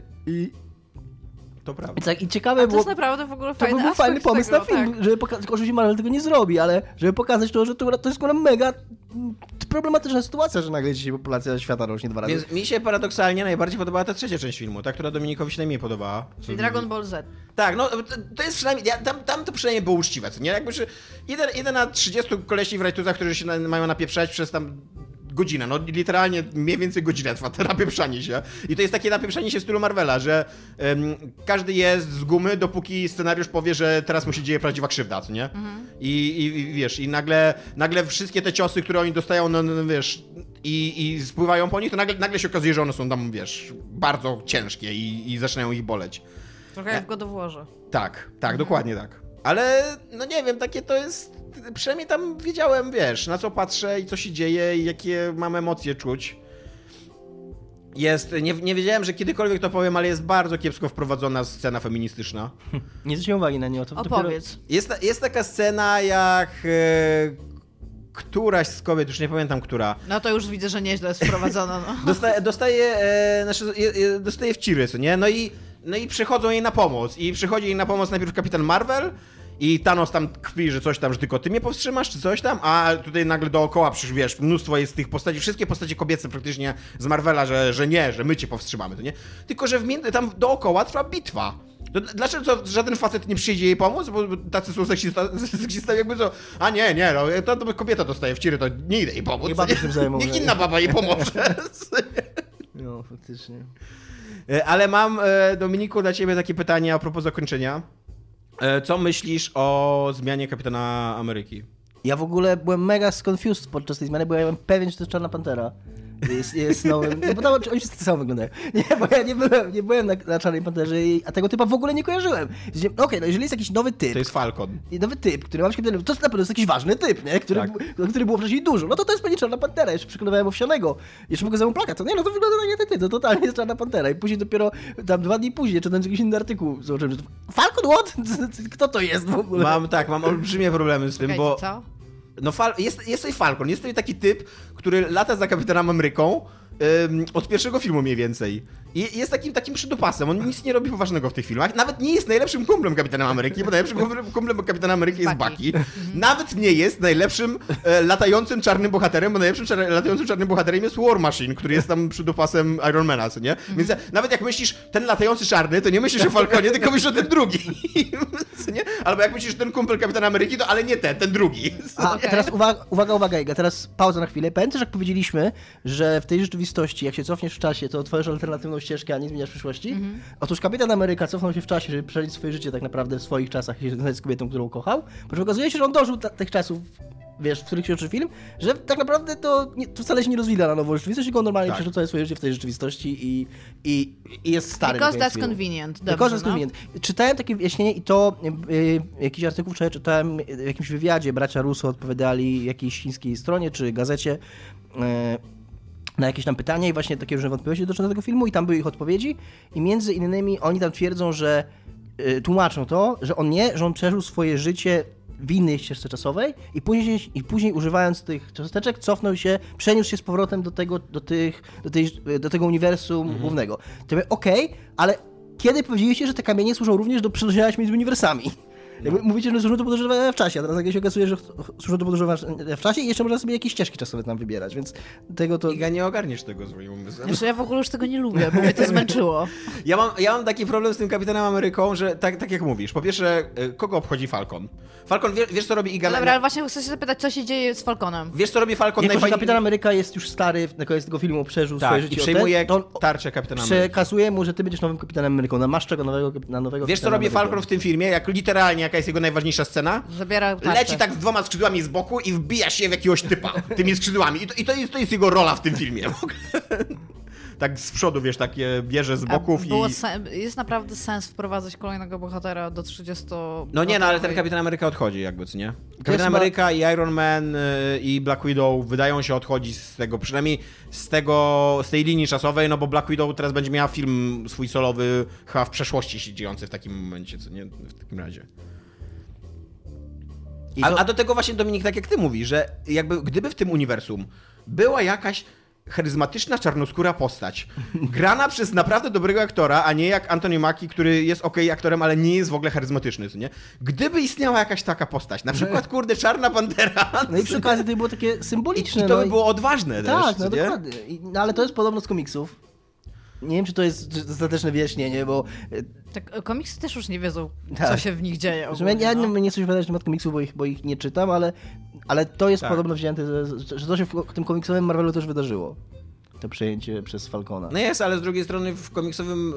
To prawda. Tak, i ciekawe to jest naprawdę w ogóle fajny był fajny pomysł tego, na film, tak. żeby pokazać, oczywiście Marvel tego nie zrobi, ale żeby pokazać to, że to jest mega problematyczna sytuacja, że nagle dzisiaj populacja świata rośnie 2 razy. Więc mi się paradoksalnie najbardziej podobała ta trzecia część filmu, ta, która Dominikowi się najmniej podobała. Czyli Dragon Ball Z. Tak, no to jest przynajmniej, tam to przynajmniej było uczciwe, co nie? Jakby, że idę na 30 kolesi w rajtuzach, którzy się mają napieprzać przez tam godzina, no literalnie mniej więcej godzinę trwa to napieprzanie się. I to jest takie napieprzanie się w stylu Marvela, że każdy jest z gumy, dopóki scenariusz powie, że teraz mu się dzieje prawdziwa krzywda, co nie? I wiesz, i nagle wszystkie te ciosy, które oni dostają, no wiesz, i spływają po nich, to nagle się okazuje, że one są tam, wiesz, bardzo ciężkie i zaczynają ich boleć. Trochę jak w God of Warze. Tak, dokładnie tak. Ale, no nie wiem, takie to jest... Przynajmniej tam wiedziałem, wiesz, na co patrzę i co się dzieje i jakie mam emocje czuć. Nie wiedziałem, że kiedykolwiek to powiem, ale jest bardzo kiepsko wprowadzona scena feministyczna. Nie zwróciłem uwagi na nią. Opowiedz. Jest taka scena, jak któraś z kobiet, już nie pamiętam która. No to już widzę, że nieźle jest wprowadzona. No. Dostaje w ciry, co nie? No i przychodzą jej na pomoc. I przychodzi jej na pomoc najpierw Kapitan Marvel i Thanos tam kpi, że coś tam, że tylko ty mnie powstrzymasz, czy coś tam, a tutaj nagle dookoła, wiesz, mnóstwo jest tych postaci, wszystkie postacie kobiece praktycznie z Marvela, że nie, że my cię powstrzymamy, to nie? Tylko, że tam dookoła trwa bitwa. To dlaczego żaden facet nie przyjdzie jej pomóc? Bo tacy są seksistami jakby co, a nie, no, to kobieta dostaje w ciry, to nie idę jej pomóc. Niech inna baba jej pomoże. No, faktycznie. Ale mam, Dominiku, dla ciebie takie pytanie a propos zakończenia. Co myślisz o zmianie Kapitana Ameryki? Ja w ogóle byłem mega confused podczas tej zmiany, bo ja byłem pewien, że to jest Czarna Pantera. Jest nowym. No bo tam oni wszyscy tak samo wyglądają. Nie, bo ja nie byłem na Czarnej Panterze, a tego typa w ogóle nie kojarzyłem. Okej, no jeżeli jest jakiś nowy typ. To jest Falcon. Nowy typ, który ma być kapitanem, to na pewno jest jakiś ważny typ, nie? Który było wcześniej dużo. No to jest pewnie Czarna Pantera. Jeszcze przekonywałem Owsianego. Jeszcze pokazałem plakat. Nie, no to wygląda tak jak ty. To totalnie jest Czarna Pantera. I później dopiero tam 2 dni później, czytając jakiś inny artykuł, zobaczyłem, że Falcon what? Kto to jest w ogóle? Mam olbrzymie problemy z tym, bo... Co? No jest tutaj Falcon, jest tutaj taki typ, który lata za Kapitanem Ameryką od pierwszego filmu mniej więcej. I jest takim przydupasem, on nic nie robi poważnego w tych filmach. Nawet nie jest najlepszym kumplem Kapitana Ameryki, bo najlepszym kumplem Kapitana Ameryki jest Bucky. Nawet nie jest najlepszym latającym czarnym bohaterem, bo najlepszym latającym czarnym bohaterem jest War Machine, który jest tam przydupasem Ironmana, co nie? Więc nawet jak myślisz ten latający czarny, to nie myślisz o Falconie, tylko myślisz o tym drugi. Nie? Albo jak myślisz ten kumpel Kapitana Ameryki, to ale nie ten drugi. A teraz uwaga, Iga, teraz pauza na chwilę. Pamiętasz, jak powiedzieliśmy, że w tej rzeczywistości, jak się cofniesz w czasie, to otworzysz alternatywną ścieżkę, a nie zmieniasz przyszłości? Otóż Kapitan Ameryka cofnął się w czasie, żeby przeżyć swoje życie tak naprawdę w swoich czasach i się znaleźć z kobietą, którą kochał. Po czym okazuje się, że on dożył tych czasów, wiesz, w których się toczy film, że tak naprawdę to wcale się nie rozwija na nową rzeczywistość, tylko on normalnie przeżył całe swoje życie w tej rzeczywistości i jest stary. Because that's convenient. Because that's convenient. Czytałem takie wyjaśnienie i to jakiś artykuł wczoraj czytałem w jakimś wywiadzie, bracia Russo odpowiadali jakiejś chińskiej stronie czy gazecie na jakieś tam pytania i właśnie takie różne wątpliwości dotyczące tego filmu i tam były ich odpowiedzi i między innymi oni tam twierdzą, że tłumaczą to, że on przeżył swoje życie w innej ścieżce czasowej i później używając tych cząsteczek przeniósł się z powrotem do tego uniwersum głównego. To mówię, okej, ale kiedy powiedzieliście, że te kamienie służą również do przenoszenia się między uniwersami? Mówicie, że służą do podróżowania w czasie, a teraz się okazuje, że służą do podróżowania w czasie i jeszcze można sobie jakieś ścieżki czasowe tam wybierać, więc tego to... Iga, nie ogarniesz tego swoim umysłem. Jeszcze ja w ogóle już tego nie lubię, bo mnie to zmęczyło. Ja mam taki problem z tym Kapitanem Ameryką, że tak jak mówisz, po pierwsze, kogo obchodzi Falcon? Falcon, wiesz co robi Iga? Dobra, ale właśnie chcę się zapytać, co się dzieje z Falconem. Wiesz co robi Falcon najfajniej? Kapitan Ameryka jest już stary, na koniec tego filmu przeżył swoje życie. I przejmuje tarczę Kapitana Ameryki. Przekazuje mu, że ty będziesz nowym Kapitanem Ameryką, namaszcza go na nowego Wiesz co robi Falcon w tym filmie? Jak literalnie, jaka jest jego najważniejsza scena? Zabiera tarczę. Leci tak z 2 skrzydłami z boku i wbija się w jakiegoś typa tymi skrzydłami. I to jest jego rola w tym filmie. Tak z przodu, wiesz, takie bierze z boków jest naprawdę sens wprowadzać kolejnego bohatera do 30... No nie, no ale ten Kapitan Ameryka odchodzi jakby, co nie? Kapitan Ameryka i Iron Man i Black Widow wydają się odchodzić z tego, przynajmniej z tej linii czasowej, no bo Black Widow teraz będzie miała film swój solowy chyba w przeszłości się dziejący w takim momencie, co nie? W takim razie. A do tego właśnie, Dominik, tak jak ty mówisz, że jakby gdyby w tym uniwersum była jakaś charyzmatyczna, czarnoskóra postać, grana przez naprawdę dobrego aktora, a nie jak Anthony Mackie, który jest okej aktorem, ale nie jest w ogóle charyzmatyczny, co nie? Gdyby istniała jakaś taka postać, na przykład, kurde, Czarna Pantera. No i przy okazji to było takie symboliczne. I to by było odważne tak, też, no dokładnie. No ale to jest podobno z komiksów. Nie wiem, czy to jest dostateczne wyjaśnienie, bo... Tak, komiksy też już nie wiedzą, co się w nich dzieje ogólnie, ja nie chcę się wypowiadać na temat komiksów, bo ich nie czytam, ale to jest podobno wzięte, że to się w tym komiksowym Marvelu też wydarzyło. To przejęcie przez Falcona. No jest, ale z drugiej strony w komiksowym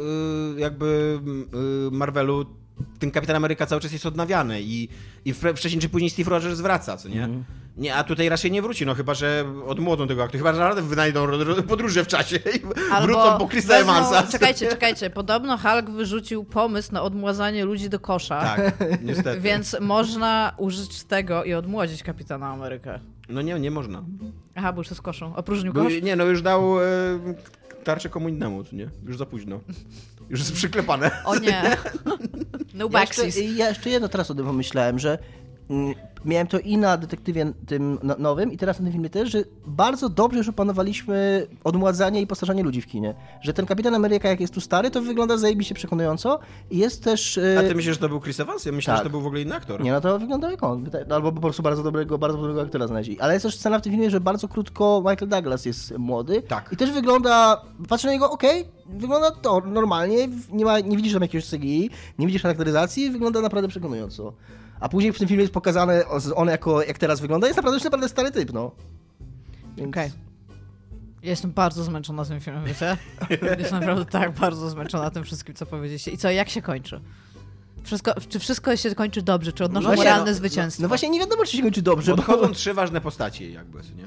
Marvelu ten Kapitan Ameryka cały czas jest odnawiany i wcześniej czy później Steve Rogers wraca, co nie? Nie, a tutaj raczej nie wróci, no chyba, że odmłodzą tego aktu, chyba, że naprawdę wynajdą podróże w czasie i wrócą po Chrisa Evansa. Czekajcie, podobno Hulk wyrzucił pomysł na odmładzanie ludzi do kosza. Tak, niestety. Więc można użyć tego i odmłodzić Kapitana Amerykę. No nie można. Aha, bo już z koszą. Opróżnił kosz? Nie, no już dał tarczę komu innemu, nie? Już za późno. Już jest przyklepane. O nie. No backsies. Ja jeszcze jedno teraz o tym pomyślałem, że miałem to i na Detektywie tym nowym i teraz na tym filmie też, że bardzo dobrze już opanowaliśmy odmładzanie i postarzanie ludzi w kinie. Że ten Kapitan Ameryka, jak jest tu stary, to wygląda zajebiście przekonująco i jest też... A ty myślisz, że to był Chris Evans? Ja myślę, że to był w ogóle inny aktor. Nie, no to wygląda jak on. Albo po prostu bardzo dobrego aktora znaleźli. Ale jest też scena w tym filmie, że bardzo krótko Michael Douglas jest młody. Tak. I też wygląda... Patrzę na niego, wygląda to normalnie, nie widzisz tam jakiegoś CGI, nie widzisz charakteryzacji, wygląda naprawdę przekonująco. A później w tym filmie jest pokazane, on jak teraz wygląda, jest naprawdę stary typ, no. Więc... Okej. Ja jestem bardzo zmęczona tym filmem, wiecie? Jestem naprawdę tak bardzo zmęczona tym wszystkim, co powiedzieliście. I co, jak się kończy? Czy wszystko się kończy dobrze? Czy odnoszą moralne zwycięstwo? No właśnie nie wiadomo, czy się kończy dobrze. Odchodzą 3 ważne postaci jakby, nie?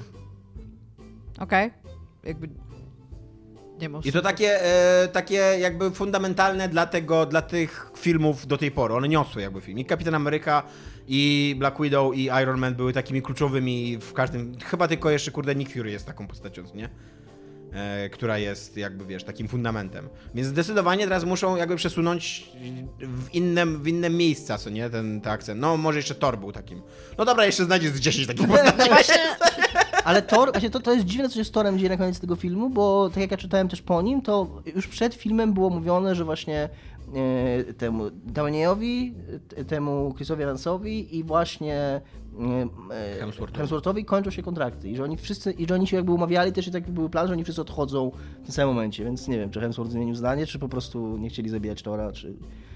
Okej. Jakby... Nie ma. I to takie jakby fundamentalne dla tych filmów do tej pory. One niosły jakby film. I Kapitan Ameryka, i Black Widow, i Iron Man były takimi kluczowymi w każdym... Chyba tylko jeszcze, Nick Fury jest taką postacią, nie? Która jest jakby, wiesz, takim fundamentem. Więc zdecydowanie teraz muszą jakby przesunąć w inne miejsca, co nie? Ten akcent. No może jeszcze Thor był takim. No dobra, jeszcze znajdziesz 10 takich postaci. Ale Thor, właśnie to jest dziwne, co się z Thorem dzieje na koniec tego filmu, bo tak jak ja czytałem też po nim, to już przed filmem było mówione, że właśnie temu Downeyowi, temu Chrisowi Evansowi i właśnie Hemsworthowi kończą się kontrakty i że oni się jakby umawiali też i tak były plan, że oni wszyscy odchodzą w tym samym momencie, więc nie wiem, czy Hemsworth zmienił zdanie, czy po prostu nie chcieli zabijać Thora, czy...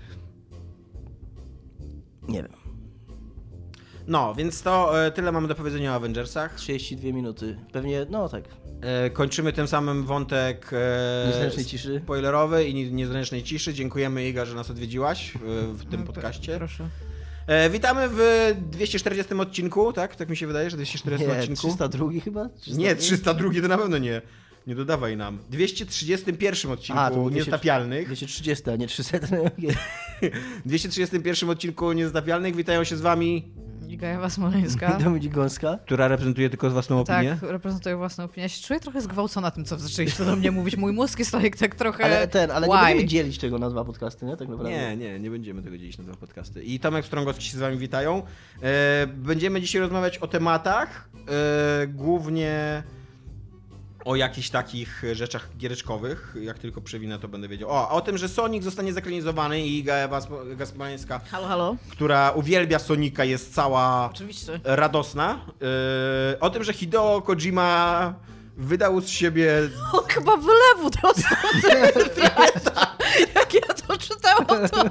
Nie wiem. No, więc to tyle mamy do powiedzenia o Avengersach. 32 minuty. Pewnie, no tak. Kończymy tym samym wątek niezręcznej ciszy. Spoilerowy i niezręcznej ciszy. Dziękujemy, Iga, że nas odwiedziłaś w tym podcaście. Proszę. Witamy w 240 odcinku, tak? Tak mi się wydaje, że 240 odcinku. 302 chyba? 302? Nie, 302 to na pewno nie. Nie dodawaj nam. 231 odcinku Niezatapialnych. 230, a nie 300. W 231 odcinku Niezatapialnych witają się z wami Iga Ewa Smoleńska. Dominik Gąska. Która reprezentuje tylko własną opinię. Tak, reprezentuję własną opinię. Ja się czuję trochę zgwałcona tym, co zaczęliście do mnie mówić. Mój mózg jest tak trochę... Ale nie będziemy dzielić tego na 2 podcasty, nie? Tak naprawdę. Nie będziemy tego dzielić na 2 podcasty. I Tomek Strągowski się z wami witają. Będziemy dzisiaj rozmawiać o tematach, głównie o jakichś takich rzeczach giereczkowych. Jak tylko przewinę, to będę wiedział. O tym, że Sonic zostanie zakranizowany i Iga Ewa Smoleńska, halo, która uwielbia Sonika, jest cała oczywiście radosna. O tym, że Hideo Kojima wydał z siebie... On chyba wylewu dostał. Jak ja to czytałam, to...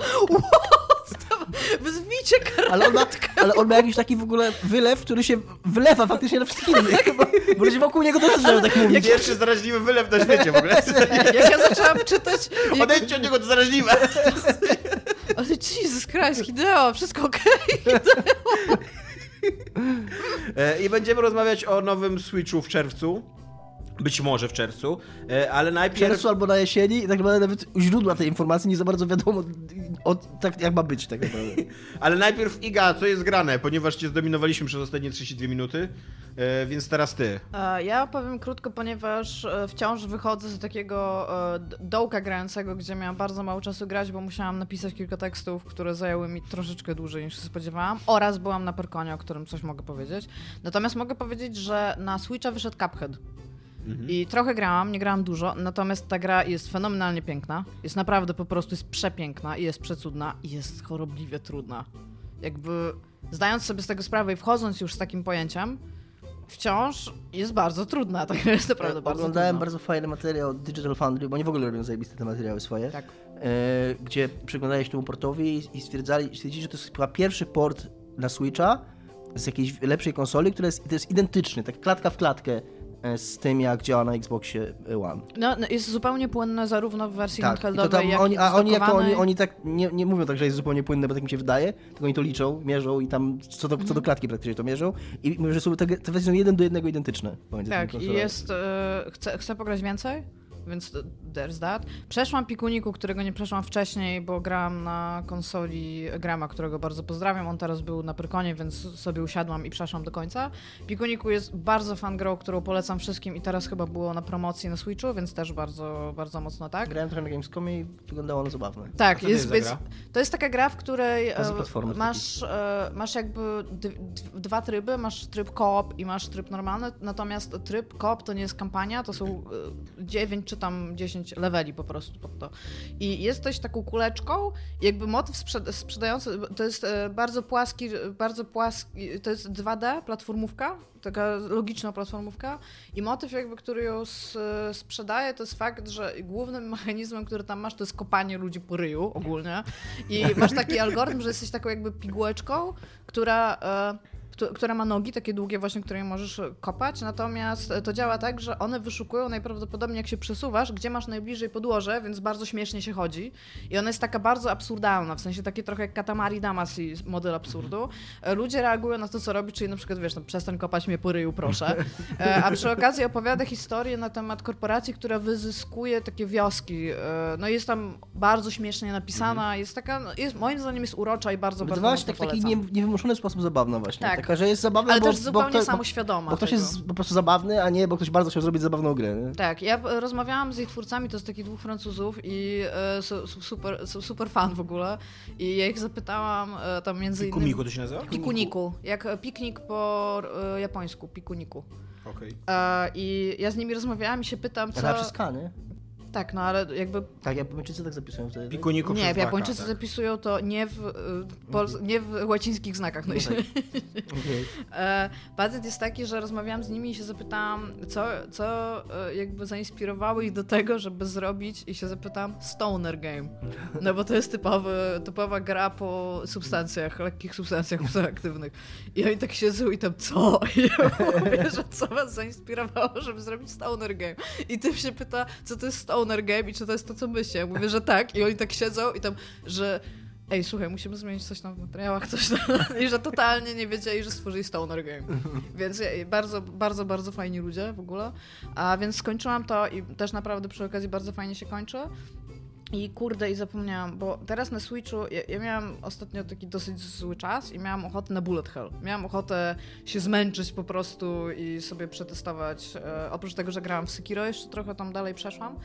Zbicie karmatkę. Ale on ma jakiś taki w ogóle wylew, który się wylewa faktycznie na wszystkich innych. Bo ludzie wokół niego też zaczynają tak mówić. Pierwszy zaraźliwy wylew na świecie w ogóle. Jak ja zaczęłam czytać... Odejdźcie od niego, to zaraźliwe. Ale Jesus Christ, Hideo, wszystko okej. I będziemy rozmawiać o nowym Switchu w czerwcu. Być może w czerwcu, ale najpierw... W czerwcu albo na jesieni i tak naprawdę nawet u źródła tej informacji nie za bardzo wiadomo, tak jak ma być tak naprawdę. Ale najpierw Iga, co jest grane, ponieważ cię zdominowaliśmy przez ostatnie 32 minuty, więc teraz ty. Ja powiem krótko, ponieważ wciąż wychodzę z takiego dołka grającego, gdzie miałam bardzo mało czasu grać, bo musiałam napisać kilka tekstów, które zajęły mi troszeczkę dłużej niż się spodziewałam, oraz byłam na Perkonie, o którym coś mogę powiedzieć. Natomiast mogę powiedzieć, że na Switcha wyszedł Cuphead. I trochę grałam, nie grałam dużo, natomiast ta gra jest fenomenalnie piękna, jest naprawdę po prostu jest przepiękna i jest przecudna i jest chorobliwie trudna. Jakby zdając sobie z tego sprawę i wchodząc już z takim pojęciem, wciąż jest bardzo trudna, tak jest naprawdę bardzo Oglądałem trudna. bardzo fajny materiał od Digital Foundry, bo oni w ogóle robią zajebiste te materiały swoje, Tak. gdzie przyglądali się temu portowi i stwierdzili, że to jest chyba pierwszy port na Switcha z jakiejś lepszej konsoli, który jest identyczny, tak klatka w klatkę z tym, jak działa na Xboxie One. No, jest zupełnie płynne zarówno w wersji handheldowej, tam jak oni, i a zdokowanej. oni tak nie mówią tak, że jest zupełnie płynne, bo tak mi się wydaje, tylko oni to liczą, mierzą i tam co do klatki praktycznie to mierzą i mówią, że są te wersje są 1:1 identyczne pomiędzy tymi Tak, i konsolami. jest... Chcę pograć więcej, więc there's that. Przeszłam Pikuniku, którego nie przeszłam wcześniej, bo grałam na konsoli Grama, którego bardzo pozdrawiam. On teraz był na Prykonie, więc sobie usiadłam i przeszłam do końca. Pikuniku jest bardzo fan grą, którą polecam wszystkim i teraz chyba było na promocji na Switchu, więc też bardzo, bardzo mocno tak. Grałem trochę na Gamescomie i wyglądało ono zabawne. Tak, to jest gra? to jest taka gra, w której platformy masz jakby dwa tryby, masz tryb co-op i masz tryb normalny, natomiast tryb co-op to nie jest kampania, to są 9 czy tam 10 leveli po prostu pod to. I jesteś taką kuleczką, jakby motyw sprzedający, to jest bardzo płaski, to jest 2D platformówka, taka logiczna platformówka i motyw jakby, który ją sprzedaje, to jest fakt, że głównym mechanizmem, który tam masz, to jest kopanie ludzi po ryju ogólnie i masz taki algorytm, że jesteś taką jakby pigułeczką, która ma nogi takie długie właśnie, które możesz kopać, natomiast to działa tak, że one wyszukują najprawdopodobniej jak się przesuwasz, gdzie masz najbliżej podłoże, więc bardzo śmiesznie się chodzi i ona jest taka bardzo absurdalna, w sensie takie trochę jak Katamari Damacy model absurdu. Ludzie reagują na to, co robi, czyli na przykład wiesz, no, przestań kopać mnie po ryju, proszę. A przy okazji opowiada historię na temat korporacji, która wyzyskuje takie wioski. No jest tam bardzo śmiesznie napisana, jest taka, moim zdaniem jest urocza i bardzo Wydawałaś tak w taki niewymuszony sposób zabawna właśnie. Tak. Taka, że jest zabawna, ale też zupełnie samoświadoma. Bo ktoś tego. jest po prostu zabawny, a nie, bo ktoś bardzo chciał zrobić zabawną grę. Nie? Tak, ja rozmawiałam z jej twórcami, to jest takich 2 Francuzów i są super fan w ogóle i ja ich zapytałam tam między innymi... Pikuniku to się nazywa? Pikuniku, jak piknik po japońsku, pikuniku. Okej. I ja z nimi rozmawiałam i się pytam, co... Ale przez K, nie? Tak, no ale jakby... Tak, Japończycy tak zapisują wtedy. Pikuniku Nie, przez Japończycy tak. zapisują to nie w łacińskich znakach. No Okay. Patent jest taki, że rozmawiałam z nimi i się zapytałam, co jakby zainspirowało ich do tego, żeby zrobić, i się zapytałam, stoner game. No bo to jest typowa gra po substancjach, lekkich substancjach psychoaktywnych. I oni tak siedzą i tam, co? I ja mówię, że co was zainspirowało, żeby zrobić stoner game? I tym się pyta, co to jest stoner game i czy to jest to, co myślę. Ja mówię, że tak. I oni tak siedzą i tam, że ej, słuchaj, musimy zmienić coś tam w materiałach, coś tam. I że totalnie nie wiedzieli, że stworzyli stoner game. Więc bardzo, bardzo, bardzo fajni ludzie w ogóle. A więc skończyłam to i też naprawdę przy okazji bardzo fajnie się kończy. I kurde, i zapomniałam, bo teraz na Switchu ja miałam ostatnio taki dosyć zły czas i miałam ochotę na bullet hell. Miałam ochotę się zmęczyć po prostu i sobie przetestować. Oprócz tego, że grałam w Sekiro, jeszcze trochę tam dalej przeszłam,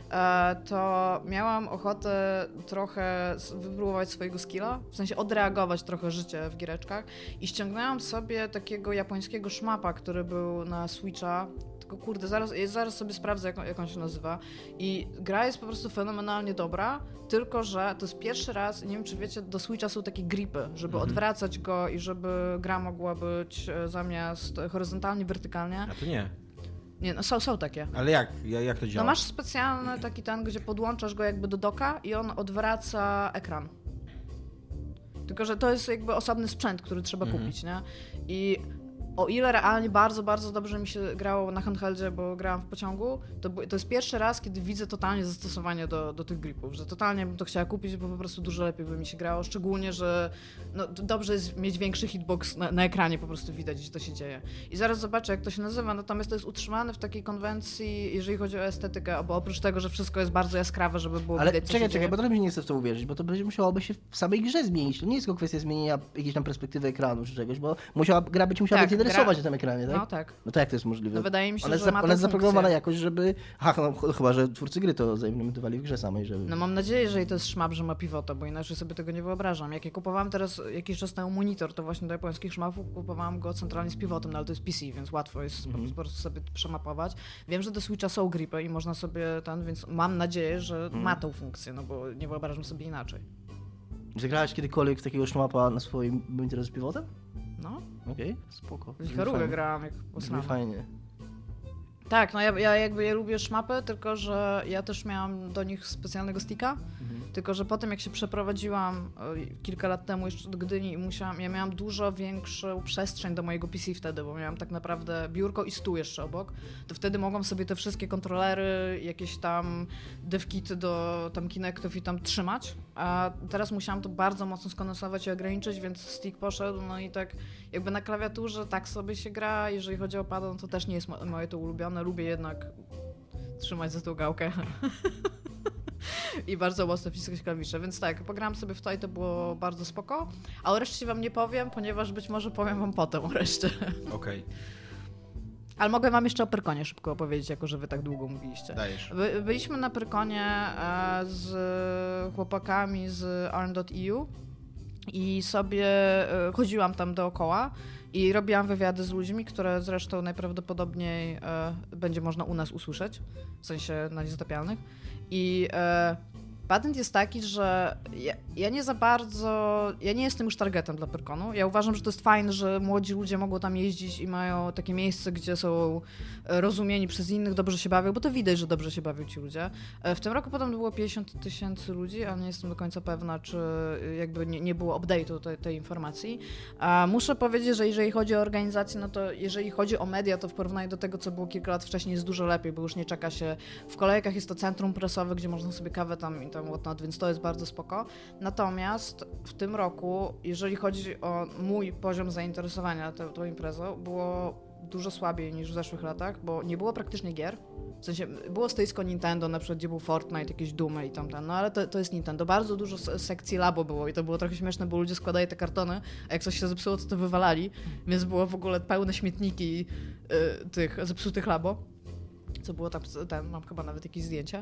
to miałam ochotę trochę wypróbować swojego skilla, w sensie odreagować trochę życie w giereczkach i ściągnęłam sobie takiego japońskiego szmapa, który był na Switcha. Tylko kurde, zaraz sobie sprawdzę, jak on się nazywa. I gra jest po prostu fenomenalnie dobra, tylko że to jest pierwszy raz, nie wiem czy wiecie, do Switcha są takie gripy, żeby odwracać go i żeby gra mogła być zamiast horyzontalnie, wertykalnie. A to nie. Nie, no są takie. Ale jak to działa? No masz specjalny taki ten, gdzie podłączasz go jakby do doka i on odwraca ekran. Tylko że to jest jakby osobny sprzęt, który trzeba kupić, nie? I o ile realnie bardzo, bardzo dobrze mi się grało na handheldzie, bo grałam w pociągu, to jest pierwszy raz, kiedy widzę totalnie zastosowanie do tych gripów, że totalnie bym to chciała kupić, bo po prostu dużo lepiej by mi się grało, szczególnie, że no, dobrze jest mieć większy hitbox na ekranie, po prostu widać, że to się dzieje. I zaraz zobaczę, jak to się nazywa, natomiast to jest utrzymane w takiej konwencji, jeżeli chodzi o estetykę, bo oprócz tego, że wszystko jest bardzo jaskrawe, żeby było widać, co się dzieje. Czekaj, bo trochę mi nie chcę w to uwierzyć, bo to musiałoby się w samej grze zmienić. To nie jest tylko kwestia zmienienia jakiejś tam perspektywy ekranu czy czegoś, bo gra musiała być rysować na tym ekranie, tak? No tak. No to jak to jest możliwe? No wydaje mi się, ona że ma ona jest zaprogramowana funkcję. jakoś, żeby... no chyba, że twórcy gry to zaimplementowali w grze samej, żeby... No mam nadzieję, że to jest szmap, że ma pivota, bo inaczej sobie tego nie wyobrażam. Jak ja kupowałam teraz jakiś czas temu monitor, to właśnie do japońskich szmapów kupowałam go centralnie z pivotem, no ale to jest PC, więc łatwo jest po prostu sobie przemapować. Wiem, że do Switcha są gripy i można sobie więc mam nadzieję, że ma tą funkcję, no bo nie wyobrażam sobie inaczej. Zagrałaś kiedykolwiek w takiego szmapa na swoim monitorze z pivotem? No. Okej, spoko. W Karugę grałam jak posrana. Fajnie. Tak, no ja lubię szmapy, tylko że ja też miałam do nich specjalnego sticka, tylko że potem jak się przeprowadziłam kilka lat temu jeszcze do Gdyni i ja miałam dużo większą przestrzeń do mojego PC wtedy, bo miałam tak naprawdę biurko i stół jeszcze obok, to wtedy mogłam sobie te wszystkie kontrolery, jakieś tam devkity do tam Kinectów i tam trzymać, a teraz musiałam to bardzo mocno skondensować i ograniczyć, więc stick poszedł, no i tak jakby na klawiaturze tak sobie się gra, jeżeli chodzi o pada, no to też nie jest moje to ulubione. Lubię jednak trzymać za tą gałkę i bardzo mocno wciskać klawisze, więc tak, pograłam sobie w to i to było bardzo spoko, a o reszcie wam nie powiem, ponieważ być może powiem wam potem o reszcie. Okej. Ale mogę wam jeszcze o Pyrkonie szybko opowiedzieć, jako że wy tak długo mówiliście. Dajesz. Byliśmy na Pyrkonie z chłopakami z arn.eu i sobie chodziłam tam dookoła i robiłam wywiady z ludźmi, które zresztą najprawdopodobniej będzie można u nas usłyszeć, w sensie na Niezatapialnych. I patent jest taki, że ja nie za bardzo, ja nie jestem już targetem dla Pyrkonu. Ja uważam, że to jest fajne, że młodzi ludzie mogą tam jeździć i mają takie miejsce, gdzie są rozumieni przez innych, dobrze się bawią, bo to widać, że dobrze się bawią ci ludzie. W tym roku potem było 50 000 ludzi, ale nie jestem do końca pewna, czy jakby nie było update'u tej informacji. A muszę powiedzieć, że jeżeli chodzi o organizację, no to jeżeli chodzi o media, to w porównaniu do tego, co było kilka lat wcześniej, jest dużo lepiej, bo już nie czeka się w kolejkach, jest to centrum prasowe, gdzie można sobie kawę tam i tam whatnot, więc to jest bardzo spoko. Natomiast w tym roku, jeżeli chodzi o mój poziom zainteresowania tą imprezą, było dużo słabiej niż w zeszłych latach, bo nie było praktycznie gier. W sensie było stoisko Nintendo, na przykład gdzie był Fortnite, jakieś Doomy i tamten, no ale to jest Nintendo. Bardzo dużo sekcji Labo było i to było trochę śmieszne, bo ludzie składali te kartony, a jak coś się zepsuło, to wywalali, więc było w ogóle pełne śmietniki tych zepsutych Labo. Co było tam, mam chyba nawet jakieś zdjęcia.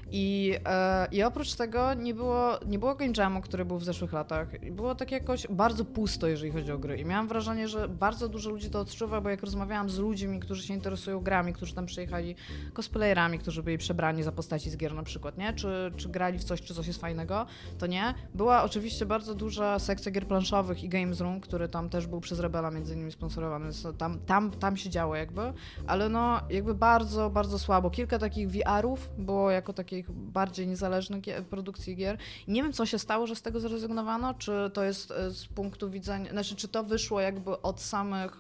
I oprócz tego nie było game jamu, który był w zeszłych latach. I było tak jakoś bardzo pusto, jeżeli chodzi o gry. I miałam wrażenie, że bardzo dużo ludzi to odczuwa, bo jak rozmawiałam z ludźmi, którzy się interesują grami, którzy tam przyjechali, cosplayerami, którzy byli przebrani za postaci z gier na przykład, nie? Czy grali w coś, czy coś jest fajnego, to nie. Była oczywiście bardzo duża sekcja gier planszowych i Games Room, który tam też był przez Rebela między innymi sponsorowany, więc tam się działo jakby, ale no jakby bardzo, bardzo słabo. Kilka takich VR-ów było jako takich bardziej niezależnych produkcji gier. I nie wiem, co się stało, że z tego zrezygnowano, czy to jest z punktu widzenia, znaczy czy to wyszło jakby od samych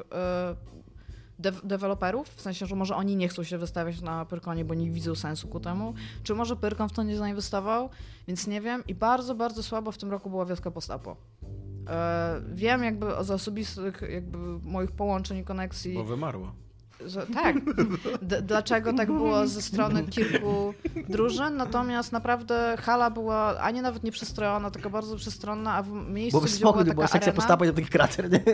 deweloperów, w sensie, że może oni nie chcą się wystawiać na Pyrkonie, bo nie widzą sensu ku temu, czy może Pyrkon w to nie zainwestował, więc nie wiem. I bardzo, bardzo słabo w tym roku była wioska post-apo. Wiem jakby z osobistych jakby moich połączeń i koneksji. Bo wymarło. Tak. Dlaczego tak było ze strony kilku drużyn, natomiast naprawdę hala była ani nawet nie przestrojona, tylko bardzo przestronna, a w miejscu, gdzie była taka sekcja postawa i taki krater, nie?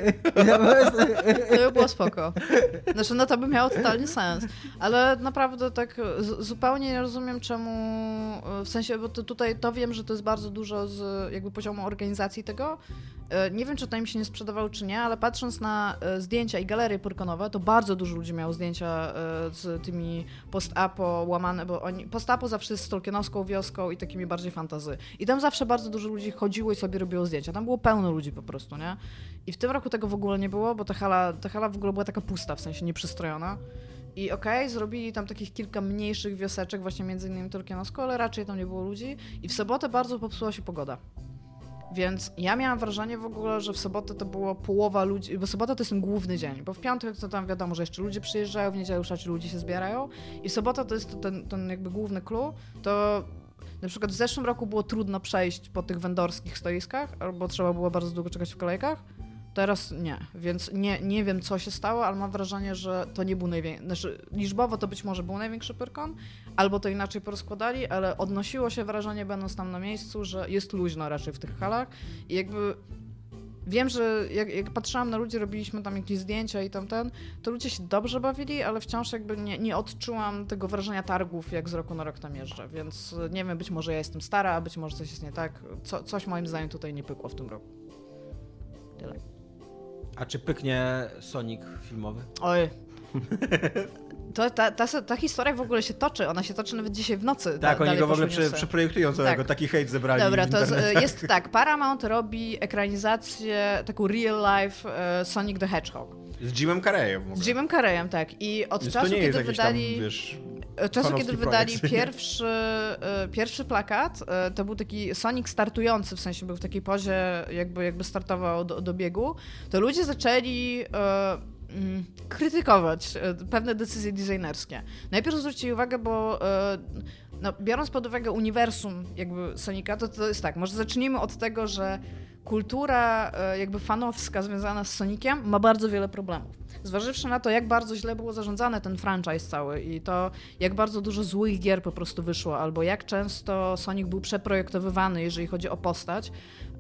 To by było spoko. Znaczy, no to by miało totalnie sens. Ale naprawdę tak zupełnie nie rozumiem, czemu, w sensie, bo tutaj to wiem, że to jest bardzo dużo z jakby poziomu organizacji tego. Nie wiem, czy to im się nie sprzedawało, czy nie, ale patrząc na zdjęcia i galerie pyrkonowe, to bardzo dużo ludzi miało zdjęcia z tymi post-apo łamane, bo post-apo zawsze jest z tolkienowską wioską i takimi bardziej fantasy. I tam zawsze bardzo dużo ludzi chodziło i sobie robiło zdjęcia. Tam było pełno ludzi po prostu, nie? I w tym roku tego w ogóle nie było, bo ta hala w ogóle była taka pusta, w sensie nieprzystrojona. I zrobili tam takich kilka mniejszych wioseczek, właśnie między innymi tolkienowską, ale raczej tam nie było ludzi. I w sobotę bardzo popsuła się pogoda. Więc ja miałam wrażenie w ogóle, że w sobotę to było połowa ludzi, bo sobota to jest ten główny dzień, bo w piątek to tam wiadomo, że jeszcze ludzie przyjeżdżają, w niedzielę już raczej ludzie się zbierają i w sobotę to jest ten jakby główny clue, to na przykład w zeszłym roku było trudno przejść po tych vendorskich stoiskach, albo trzeba było bardzo długo czekać w kolejkach. Teraz nie, więc nie wiem, co się stało, ale mam wrażenie, że to nie był największy, znaczy liczbowo to być może był największy Pyrkon, albo to inaczej porozkładali, ale odnosiło się wrażenie, będąc tam na miejscu, że jest luźno raczej w tych halach i jakby wiem, że jak patrzyłam na ludzi, robiliśmy tam jakieś zdjęcia i to ludzie się dobrze bawili, ale wciąż jakby nie odczułam tego wrażenia targów, jak z roku na rok tam jeżdżę, więc nie wiem, być może ja jestem stara, a być może coś jest nie tak, coś moim zdaniem tutaj nie pykło w tym roku. Tyle. A czy pyknie Sonic filmowy? Oj. Ta historia w ogóle się toczy, ona się toczy nawet dzisiaj w nocy. Tak, oni go w ogóle przeprojektują całego, taki hejt zebrali. Dobra, to jest tak, Paramount robi ekranizację, taką real life Sonic the Hedgehog. Z Jimem Carreyem. Z Jimem Carreyem, tak. I od czasu, kiedy wydali... Tam, wiesz, kiedy wydali pierwszy plakat, to był taki Sonic startujący, w sensie był w takiej pozie, jakby startował do biegu, to ludzie zaczęli krytykować pewne decyzje designerskie. Najpierw zwrócili uwagę, bo biorąc pod uwagę uniwersum jakby Sonika, to jest tak, może zacznijmy od tego, że kultura jakby fanowska związana z Soniciem ma bardzo wiele problemów. Zważywszy na to, jak bardzo źle było zarządzany ten franchise cały i to, jak bardzo dużo złych gier po prostu wyszło, albo jak często Sonic był przeprojektowywany, jeżeli chodzi o postać,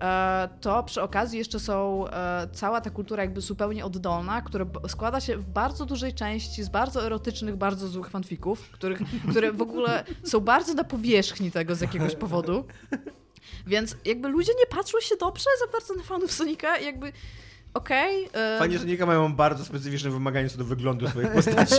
to przy okazji jeszcze są cała ta kultura jakby zupełnie oddolna, która składa się w bardzo dużej części z bardzo erotycznych, bardzo złych fanfików, które w ogóle są bardzo na powierzchni tego z jakiegoś powodu. Więc jakby ludzie nie patrzą się dobrze za bardzo na fanów Sonika i jakby Fani Sonika mają bardzo specyficzne wymagania co do wyglądu swoich postaci.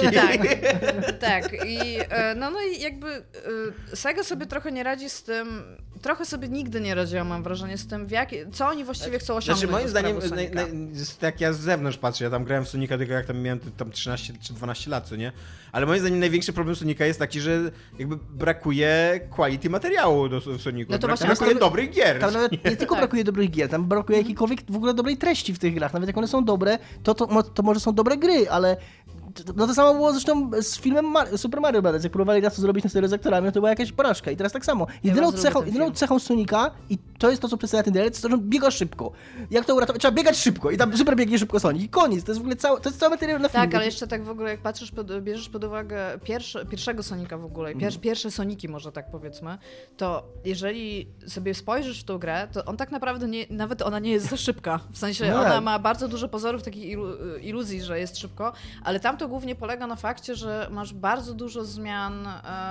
Tak. I jakby Sega sobie trochę nie radzi z tym, trochę sobie nigdy nie radziła, mam wrażenie, z tym, co oni właściwie chcą osiągnąć. Znaczy, moim zdaniem, tak ja z zewnątrz patrzę, ja tam grałem w Sonika tylko jak tam miałem tam 13 czy 12 lat, co nie? Ale moim zdaniem największy problem Sonika jest taki, że jakby brakuje quality materiału w Soniku. No to brakuje dobrych gier. Tam nawet nie tylko brakuje dobrych gier, tam brakuje jakiejkolwiek w ogóle dobrej treści w tych grach. Nawet jak one są dobre, to może są dobre gry, ale to samo było zresztą z filmem Super Mario Bros. Jak próbowali raz to zrobić na serio z aktorami, to była jakaś porażka. I teraz tak samo. Jedyną cechą Sonika, i to jest to, co przedstawia ten delec, to że on biega szybko. Jak to uratować? Trzeba biegać szybko i tam super biegnie szybko Sonic. I koniec. To jest w ogóle to jest cały materiał na film. Tak, ale jeszcze tak w ogóle jak bierzesz pod uwagę pierwszego Sonika w ogóle, pierwsze Soniki może tak powiedzmy, to jeżeli sobie spojrzysz w tą grę, to on tak naprawdę nawet ona nie jest za szybka. W sensie ona ma bardzo dużo pozorów takich iluzji, że jest szybko, ale tam to głównie polega na fakcie, że masz bardzo dużo zmian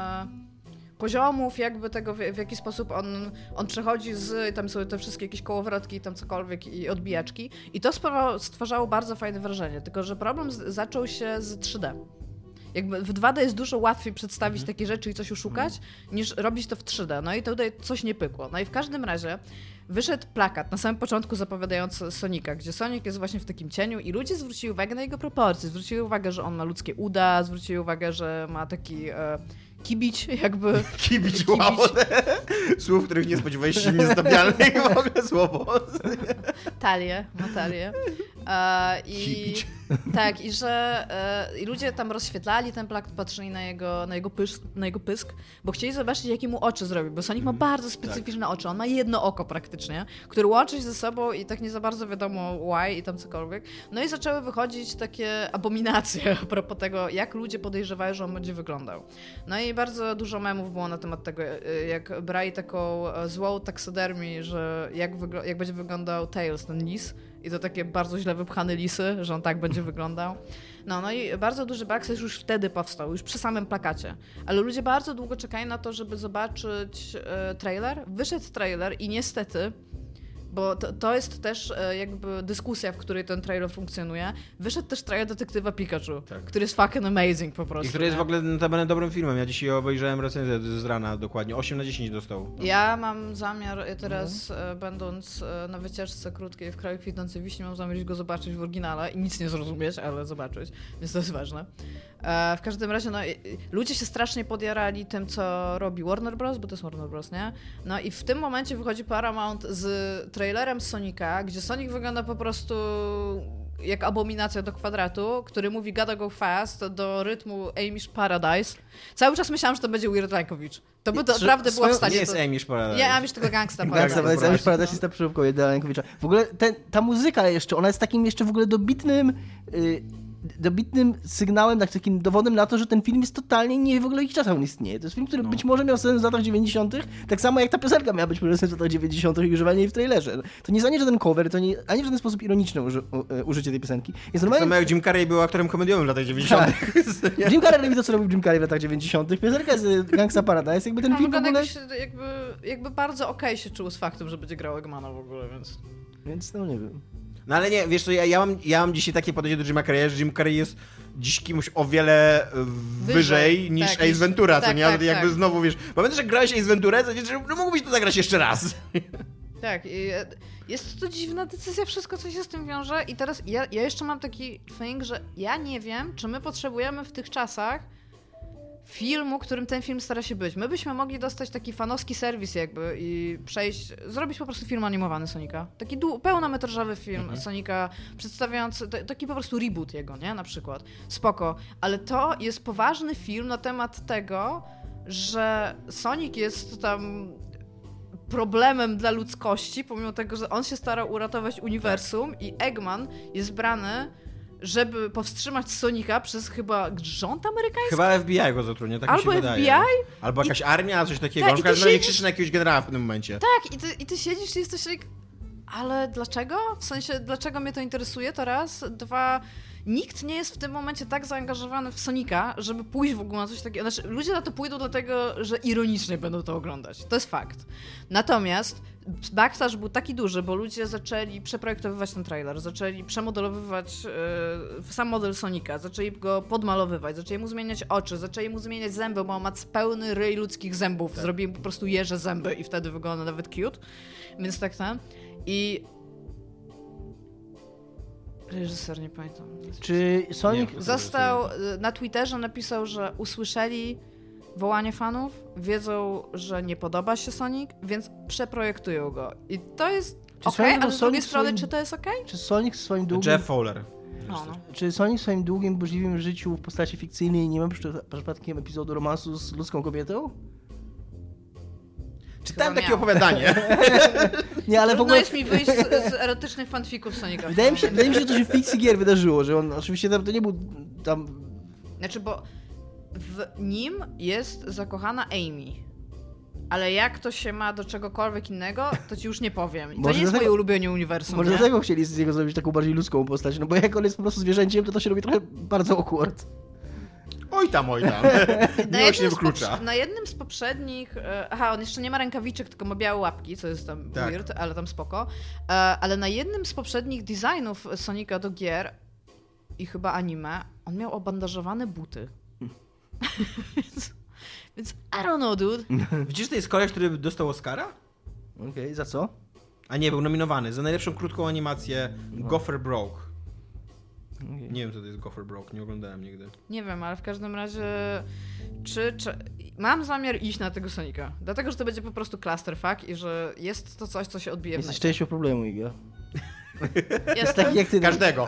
poziomów, jakby tego, w jaki sposób on przechodzi tam są te wszystkie jakieś kołowrotki, tam cokolwiek i odbijaczki. I to stwarzało bardzo fajne wrażenie, tylko że problem zaczął się z 3D. Jakby w 2D jest dużo łatwiej przedstawić takie rzeczy i coś oszukać, niż robić to w 3D. No i tutaj coś nie pykło. No i w każdym razie wyszedł plakat na samym początku zapowiadający Sonika, gdzie Sonic jest właśnie w takim cieniu i ludzie zwrócili uwagę na jego proporcje. Zwrócili uwagę, że on ma ludzkie uda, zwrócili uwagę, że ma taki kibic jakby... Kibic, wow. Słów, których nie spodziewałeś się, niezdabialnych w ogóle słowo. Talię, ma talię. Tak, i że i ludzie tam rozświetlali ten plakat, patrzyli na jego pysk, bo chcieli zobaczyć, jakie mu oczy zrobi, bo Sonic ma bardzo specyficzne oczy, on ma jedno oko praktycznie, które łączy się ze sobą i tak nie za bardzo wiadomo why i tam cokolwiek. No i zaczęły wychodzić takie abominacje a propos tego, jak ludzie podejrzewają, że on będzie wyglądał. No i bardzo dużo memów było na temat tego, jak brali taką złą taksodermię, że jak będzie wyglądał Tails, ten lis, i to takie bardzo źle wypchane lisy, że on tak będzie wyglądał. No i bardzo duży backslash już wtedy powstał, już przy samym plakacie. Ale ludzie bardzo długo czekają na to, żeby zobaczyć trailer. Wyszedł trailer i niestety, bo to jest też jakby dyskusja, w której ten trailer funkcjonuje. Wyszedł też trailer Detektywa Pikachu, który jest fucking amazing po prostu. I który jest w ogóle dobrym filmem. Ja dzisiaj obejrzałem recenzję z rana dokładnie. 8 na 10 dostał. Ja mam zamiar teraz, będąc na wycieczce krótkiej w kraju kwitnącej wiśni, mam zamiar go zobaczyć w oryginale i nic nie zrozumieć, ale zobaczyć, więc to jest ważne. W każdym razie ludzie się strasznie podjarali tym, co robi Warner Bros., bo to jest Warner Bros., nie? No i w tym momencie wychodzi Paramount z trailerem Sonika, gdzie Sonic wygląda po prostu jak abominacja do kwadratu, który mówi gotta go fast do rytmu Amy's Paradise. Cały czas myślałam, że to będzie Weird Lankowicz. To by to naprawdę było w stanie... Nie jest Amy's Paradise. Nie, Amy's tylko Gangsta Paradise. Amy's Paradise jest ta przyróbką Weirda Lankowicza. W ogóle ta muzyka jeszcze, ona jest takim jeszcze w ogóle dobitnym sygnałem, takim dowodem na to, że ten film jest totalnie nie w ogóle w ich czasach on istnieje. To jest film, który być może miał sens w latach 90., tak samo jak ta piosenka miała być sens w latach 90. i używanie jej w trailerze. To nie jest ani żaden cover, to nie, ani w żaden sposób ironiczne użycie tej piosenki. Jest normalnie... Samo jak Jim Carrey był aktorem komediowym w latach 90. Tak. Jim Carrey robi to, co robił Jim Carrey w latach 90. Piosenka z Gangsta Paradise, jakby ten film w ogóle... jakby bardzo okej się czuł z faktem, że będzie grał Eggmana w ogóle, więc... Więc no nie wiem. No ale nie, wiesz co, ja mam dzisiaj takie podejście do Jima Carreya, że Jim Carrey jest dziś kimś o wiele wyżej niż Ace Ventura, co nie? Tak, jakby znowu, wiesz, pamiętasz jak grałeś Ace Venturę, że mógłbyś to zagrać jeszcze raz. Tak, i jest to dziwna decyzja, wszystko co się z tym wiąże i teraz ja jeszcze mam taki thing, że ja nie wiem, czy my potrzebujemy w tych czasach filmu, którym ten film stara się być. My byśmy mogli dostać taki fanowski serwis jakby i zrobić po prostu film animowany Sonika. Taki pełnometrażowy film Sonika, przedstawiający taki po prostu reboot jego, nie? Na przykład. Spoko. Ale to jest poważny film na temat tego, że Sonic jest tam problemem dla ludzkości, pomimo tego, że on się starał uratować uniwersum i Eggman jest brany, żeby powstrzymać Sonika przez chyba rząd amerykański? Chyba FBI go zatrudnia, tak mi się wydaje. Albo FBI? Albo jakaś armia, coś takiego. Tak, on nie krzyczy na jakiegoś generała w pewnym momencie. Tak, i ty siedzisz i jesteś like, ale dlaczego? W sensie, dlaczego mnie to interesuje? To raz. Dwa, nikt nie jest w tym momencie tak zaangażowany w Sonika, żeby pójść w ogóle na coś takiego. Znaczy, ludzie na to pójdą dlatego, że ironicznie będą to oglądać. To jest fakt. Natomiast backlash był taki duży, bo ludzie zaczęli przeprojektowywać ten trailer, zaczęli przemodelowywać sam model Sonika, zaczęli go podmalowywać, zaczęli mu zmieniać oczy, zaczęli mu zmieniać zęby, bo on ma pełny ryj ludzkich zębów. Tak. Zrobili po prostu jeże zęby i wtedy wygląda nawet cute. Więc tak tam. I reżyser, nie pamiętam. Czy Sonic został na Twitterze napisał, że usłyszeli wołanie fanów, wiedzą, że nie podoba się Sonic, więc przeprojektują go. I to jest okej, ale z drugiej strony, czy to jest okej? Czy Sonic w swoim długim... Jeff Fowler. Czy Sonic w swoim długim, burzliwym życiu w postaci fikcyjnej nie ma przypadkiem epizodu romansu z ludzką kobietą? Czytałem takie opowiadanie. Nie, ale w ogóle... jest mi wyjść z erotycznych fanfików Sonika. Wydaje mi się, że to się w fikcji gier wydarzyło, że on oczywiście to nie był tam... Znaczy, bo w nim jest zakochana Amy. Ale jak to się ma do czegokolwiek innego, to ci już nie powiem. I to nie jest moje ulubienie uniwersum. Może dlatego chcieli z niego zrobić taką bardziej ludzką postać, no bo jak on jest po prostu zwierzęciem, to się robi trochę bardzo awkward. Oj tam. Miłość nie wyklucza. Na jednym z poprzednich... on jeszcze nie ma rękawiczek, tylko ma białe łapki, co jest tam weird, ale tam spoko. Ale na jednym z poprzednich designów Sonika do gier i chyba anime, on miał obandażowane buty. Więc I don't know, dude. Widzisz, to jest koleś, który dostał Oscara? Okej, za co? A nie, był nominowany za najlepszą krótką animację Gopher Broke. Okay. Nie wiem, co to jest Gopher Broke, nie oglądałem nigdy. Nie wiem, ale w każdym razie czy mam zamiar iść na tego Sonika. Dlatego, że to będzie po prostu clusterfuck i że jest to coś, co się odbije w Jesteś częścią problemu, Iga. Jest taki jak ty. Każdego.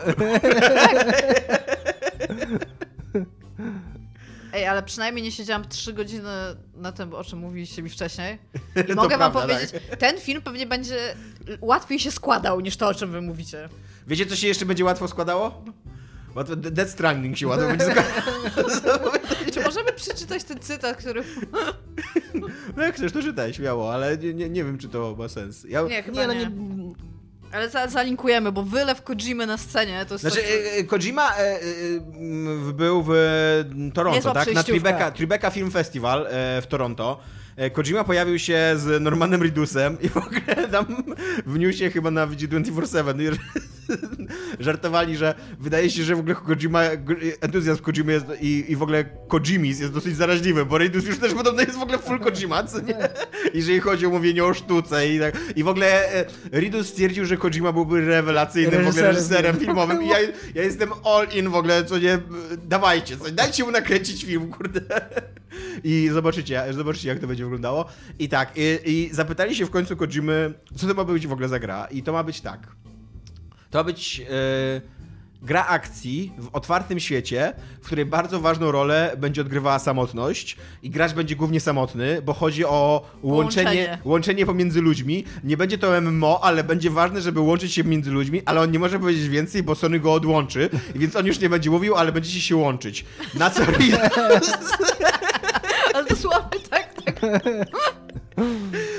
Ej, ale przynajmniej nie siedziałam 3 godziny na tym, o czym mówiliście mi wcześniej. I mogę wam powiedzieć, ten film pewnie będzie łatwiej się składał niż to, o czym wy mówicie. Wiecie, co się jeszcze będzie łatwo składało? Death Stranding się łatwo będzie składało. Czy możemy przeczytać ten cytat, który... No jak chcesz, to czytaj, śmiało, ale nie wiem, czy to ma sens. Nie, chyba nie. Ale zalinkujemy, bo wylew Kojimy na scenie to jest... Znaczy, Kojima był w Toronto, tak? Na Tribeca Film Festival w Toronto. Kojima pojawił się z Normanem Reedusem i w ogóle tam w newsie chyba na VG247 żartowali, że wydaje się, że w ogóle entuzjazm Kojimy jest i w ogóle Kojimis jest dosyć zaraźliwy, bo Reedus już też podobno jest w ogóle full Kojima, co nie? Jeżeli chodzi o mówienie o sztuce i tak. I w ogóle Reedus stwierdził, że Kojima byłby rewelacyjnym w ogóle reżyserem filmowym i ja jestem all in w ogóle, co nie, dawajcie coś, dajcie mu nakręcić film, kurde. I zobaczycie, jak to będzie wyglądało. I tak, i zapytali się w końcu Kojimy, co to ma być w ogóle za gra. I to ma być tak. To ma być gra akcji w otwartym świecie, w której bardzo ważną rolę będzie odgrywała samotność i gracz będzie głównie samotny, bo chodzi o łączenie pomiędzy ludźmi. Nie będzie to MMO, ale będzie ważne, żeby łączyć się między ludźmi, ale on nie może powiedzieć więcej, bo Sony go odłączy, więc on już nie będzie mówił, ale będziecie się łączyć. Na co Ale dosłownie tak.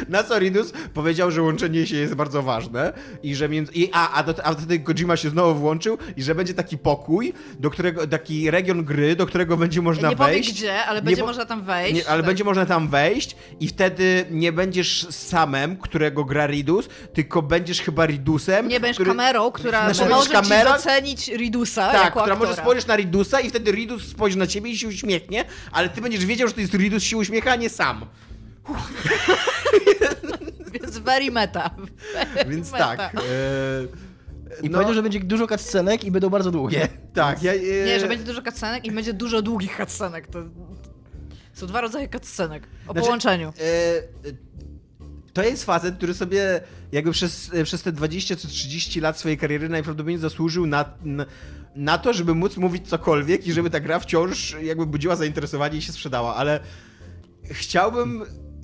Na co Ridus powiedział, że łączenie się jest bardzo ważne i że a wtedy Kojima się znowu włączył i że będzie taki pokój, taki region gry, do którego będzie można wejść. Nie powie gdzie, ale będzie można tam wejść. Ale będzie można tam wejść i wtedy nie będziesz samem, którego gra Ridus, tylko będziesz chyba Ridusem. Nie będziesz kamerą, która może ci docenić Ridusa tak, jako która aktora. może spojrzeć na Ridusa i wtedy Ridus spojrzy na ciebie i się uśmiechnie, ale ty będziesz wiedział, że to jest Ridus się uśmiecha, a nie sam. Więc very meta. Więc tak. I powiedział, że będzie dużo cutscenek i będą bardzo długie. Tak. Nie, że będzie dużo cutscenek i będzie dużo długich cutscenek. To są 2 rodzaje cutscenek o połączeniu. To jest facet, który sobie jakby przez te 20 czy 30 lat swojej kariery najprawdopodobniej zasłużył na to, żeby móc mówić cokolwiek i żeby ta gra wciąż jakby budziła zainteresowanie i się sprzedała, ale chciałbym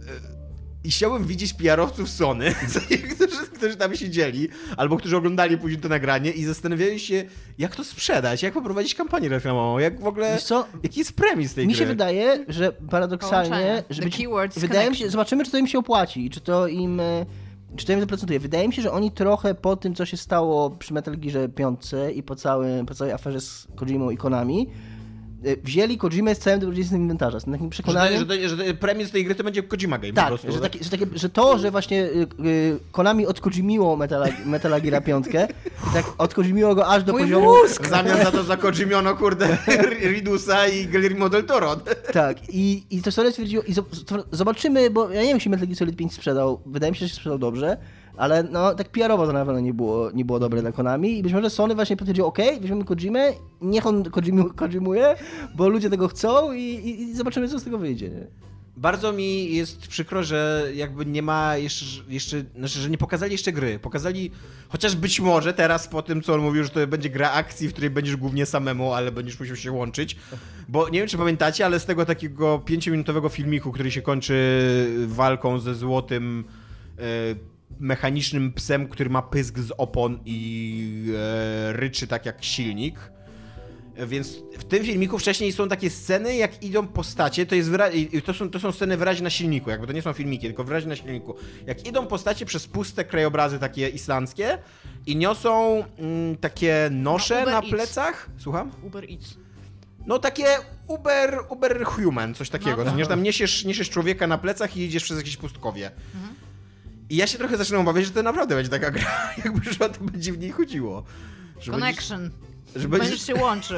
widzieć PR-owców Sony, którzy tam siedzieli, albo którzy oglądali później to nagranie i zastanawiali się, jak to sprzedać, jak poprowadzić kampanię reklamową, jak w ogóle, jaki jest premis tej gry. Mi się wydaje, że paradoksalnie, wydaje mi się, zobaczymy, czy to im się opłaci, czy to im zaprocentuje. Wydaje mi się, że oni trochę po tym, co się stało przy Metal Gearze 5 i po całej aferze z Kojimą i Konami, wzięli Kojimę z całym dobrodziejstwem inwentarza. Z takim przekonaniem... Że premis tej gry to będzie Kojima Game tak, po prostu. Że to, że właśnie Konami odkojimiło Metala Geara 5, tak odkojimiło go aż do poziomu... Mózg! Zamiast za to zakojimiono, kurde, Ridusa i Guillermo del Toro. Tak, i to Sony stwierdziło... Zobaczymy, bo ja nie wiem, czy Metal Gear Solid 5 sprzedał. Wydaje mi się, że się sprzedał dobrze. Ale no, tak PR-owo to na pewno nie było dobre dla Konami i być może Sony właśnie potwierdziło, okej, weźmiemy Kojimę, niech on Kojimuje, bo ludzie tego chcą i zobaczymy, co z tego wyjdzie, nie? Bardzo mi jest przykro, że jakby nie ma jeszcze znaczy, że nie pokazali jeszcze gry. Pokazali, chociaż być może teraz po tym, co on mówił, że to będzie gra akcji, w której będziesz głównie samemu, ale będziesz musiał się łączyć. Bo nie wiem, czy pamiętacie, ale z tego takiego 5-minutowego filmiku, który się kończy walką ze złotym mechanicznym psem, który ma pysk z opon i ryczy tak jak silnik. Więc w tym filmiku wcześniej są takie sceny, jak idą postacie, to są sceny wyraźnie na silniku, jakby to nie są filmiki, tylko wyraźnie na silniku. Jak idą postacie przez puste krajobrazy takie islandzkie i niosą takie nosze na plecach. Słucham? Uber Eats. No takie Uber Human, coś takiego. No. Że tam niesiesz człowieka na plecach i idziesz przez jakieś pustkowie. Mhm. I ja się trochę zaczynam obawiać, że to naprawdę będzie taka gra, jakby że o to będzie w niej chodziło. Connection. Będziesz się łączył.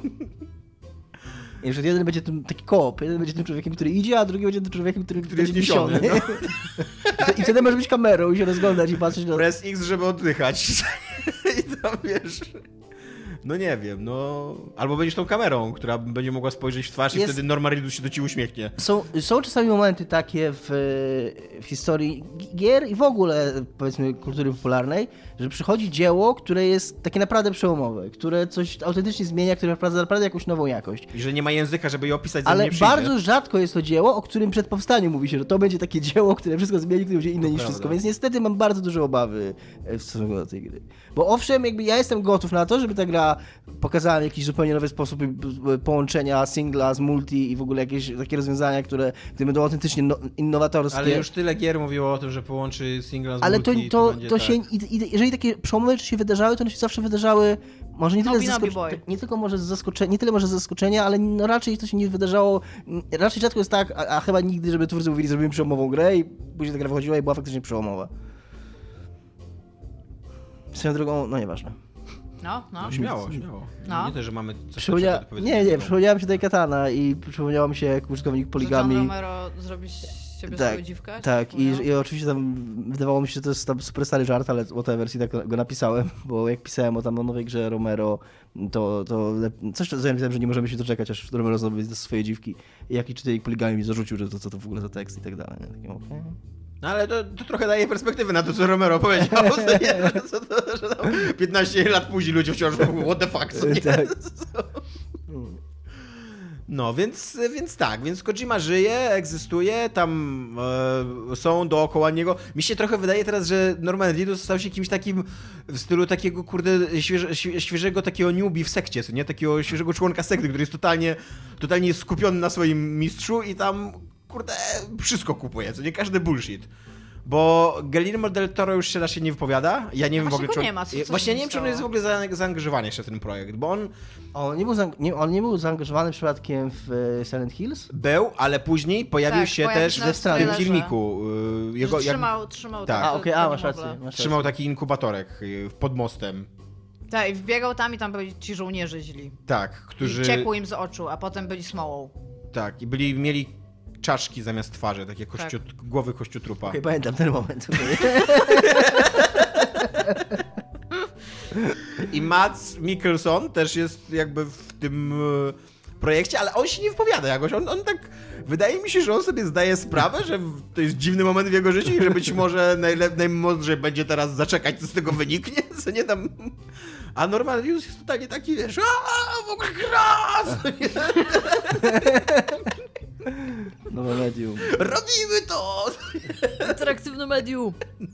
I że jeden będzie tym taki koop, jeden będzie tym człowiekiem, który idzie, a drugi będzie tym człowiekiem, który jest niesiony. No. I wtedy możesz być kamerą i się rozglądać i patrzeć na... Press X, żeby oddychać. I tam wiesz... No nie wiem, no... Albo będziesz tą kamerą, która będzie mogła spojrzeć w twarz i wtedy Norman Reedus się do ciebie uśmiechnie. Są czasami momenty takie w historii gier i w ogóle, powiedzmy, kultury popularnej, że przychodzi dzieło, które jest takie naprawdę przełomowe, które coś autentycznie zmienia, które wprowadza naprawdę jakąś nową jakość. I że nie ma języka, żeby je opisać, ale bardzo rzadko jest to dzieło, o którym przed powstaniem mówi się, że to będzie takie dzieło, które wszystko zmieni, które będzie inne niż wszystko. Więc niestety mam bardzo duże obawy w stosunku do tej gry. Bo owszem, jakby ja jestem gotów na to, żeby ta gra pokazała jakiś zupełnie nowy sposób połączenia singla z multi i w ogóle jakieś takie rozwiązania, które będą autentycznie innowatorskie. Ale już tyle gier mówiło o tym, że połączy singla z multi. Ale to tak. się, jeżeli takie przełomowe rzeczy się wydarzały, to one się zawsze wydarzały, może nie tyle nie tyle może z zaskoczenia, ale no raczej to się nie wydarzało, raczej rzadko jest tak, a chyba nigdy, żeby twórcy mówili, zrobimy przełomową grę i później ta gra wychodziła i była faktycznie przełomowa. Swoją drogą, no nieważne. No. Śmiało. No. Nie to, że mamy coś do powiedzenia. Nie, przypomniała mi się tej Katana i przypomniało mi się jak użytkownik Poligami. Że John Romero zrobić z siebie swoją dziwkę? Tak, i oczywiście tam wydawało mi się, że to jest tam super stary żart, ale whatever, i tak go napisałem, bo jak pisałem o nowej grze Romero, to coś zapisałem, że nie możemy się doczekać, aż Romero znowu do swojej dziwki. I jaki czytelnik Poligami mi zarzucił, że co to w ogóle za tekst i tak dalej. Takim, okay. No ale to trochę daje perspektywy na to, co Romero powiedział. Że tam 15 lat później ludzie wciąż what the fuck, co nie? Tak. No, więc Kojima żyje, egzystuje, tam są dookoła niego. Mi się trochę wydaje teraz, że Norman Reedus stał się kimś takim w stylu takiego, kurde, świeżego takiego newbie w sekcie, co nie? Takiego świeżego członka sekty, który jest totalnie skupiony na swoim mistrzu i tam, kurde, wszystko kupuje, co nie? Każdy bullshit. Bo Guillermo del Toro już się raczej nie wypowiada. Ja nie wiem w ogóle, czy on... nie ma, co Właśnie nie wiem, czy on jest w ogóle zaangażowany jeszcze w ten projekt, bo On nie był zaangażowany przypadkiem w Silent Hills? Był, ale później pojawił się też w tym filmiku. Trzymał tak. Masz rację. Trzymał taki inkubatorek pod mostem. Tak, i wbiegał tam i tam byli ci żołnierze źli. Tak, którzy... I ciekło im z oczu, a potem byli smołą. Tak, i mieli czaszki zamiast twarzy, takie głowy kościotrupa. Okej, pamiętam ten moment. I Mads Mikkelsen też jest jakby w tym projekcie, ale on się nie wypowiada jakoś. On tak... Wydaje mi się, że on sobie zdaje sprawę, że to jest dziwny moment w jego życiu i że być może najmądrzej będzie teraz zaczekać, co z tego wyniknie, co nie tam... A Norman Reedus jest totalnie taki, wiesz, w ogóle gra! Nowe medium. Robimy to! Interaktywne medium.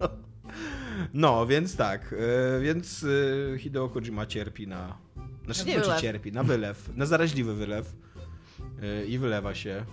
No, więc tak. Więc Hideo Kojima cierpi na... Znaczy nie wiem, czy cierpi, na wylew. Na zaraźliwy wylew. I wylewa się.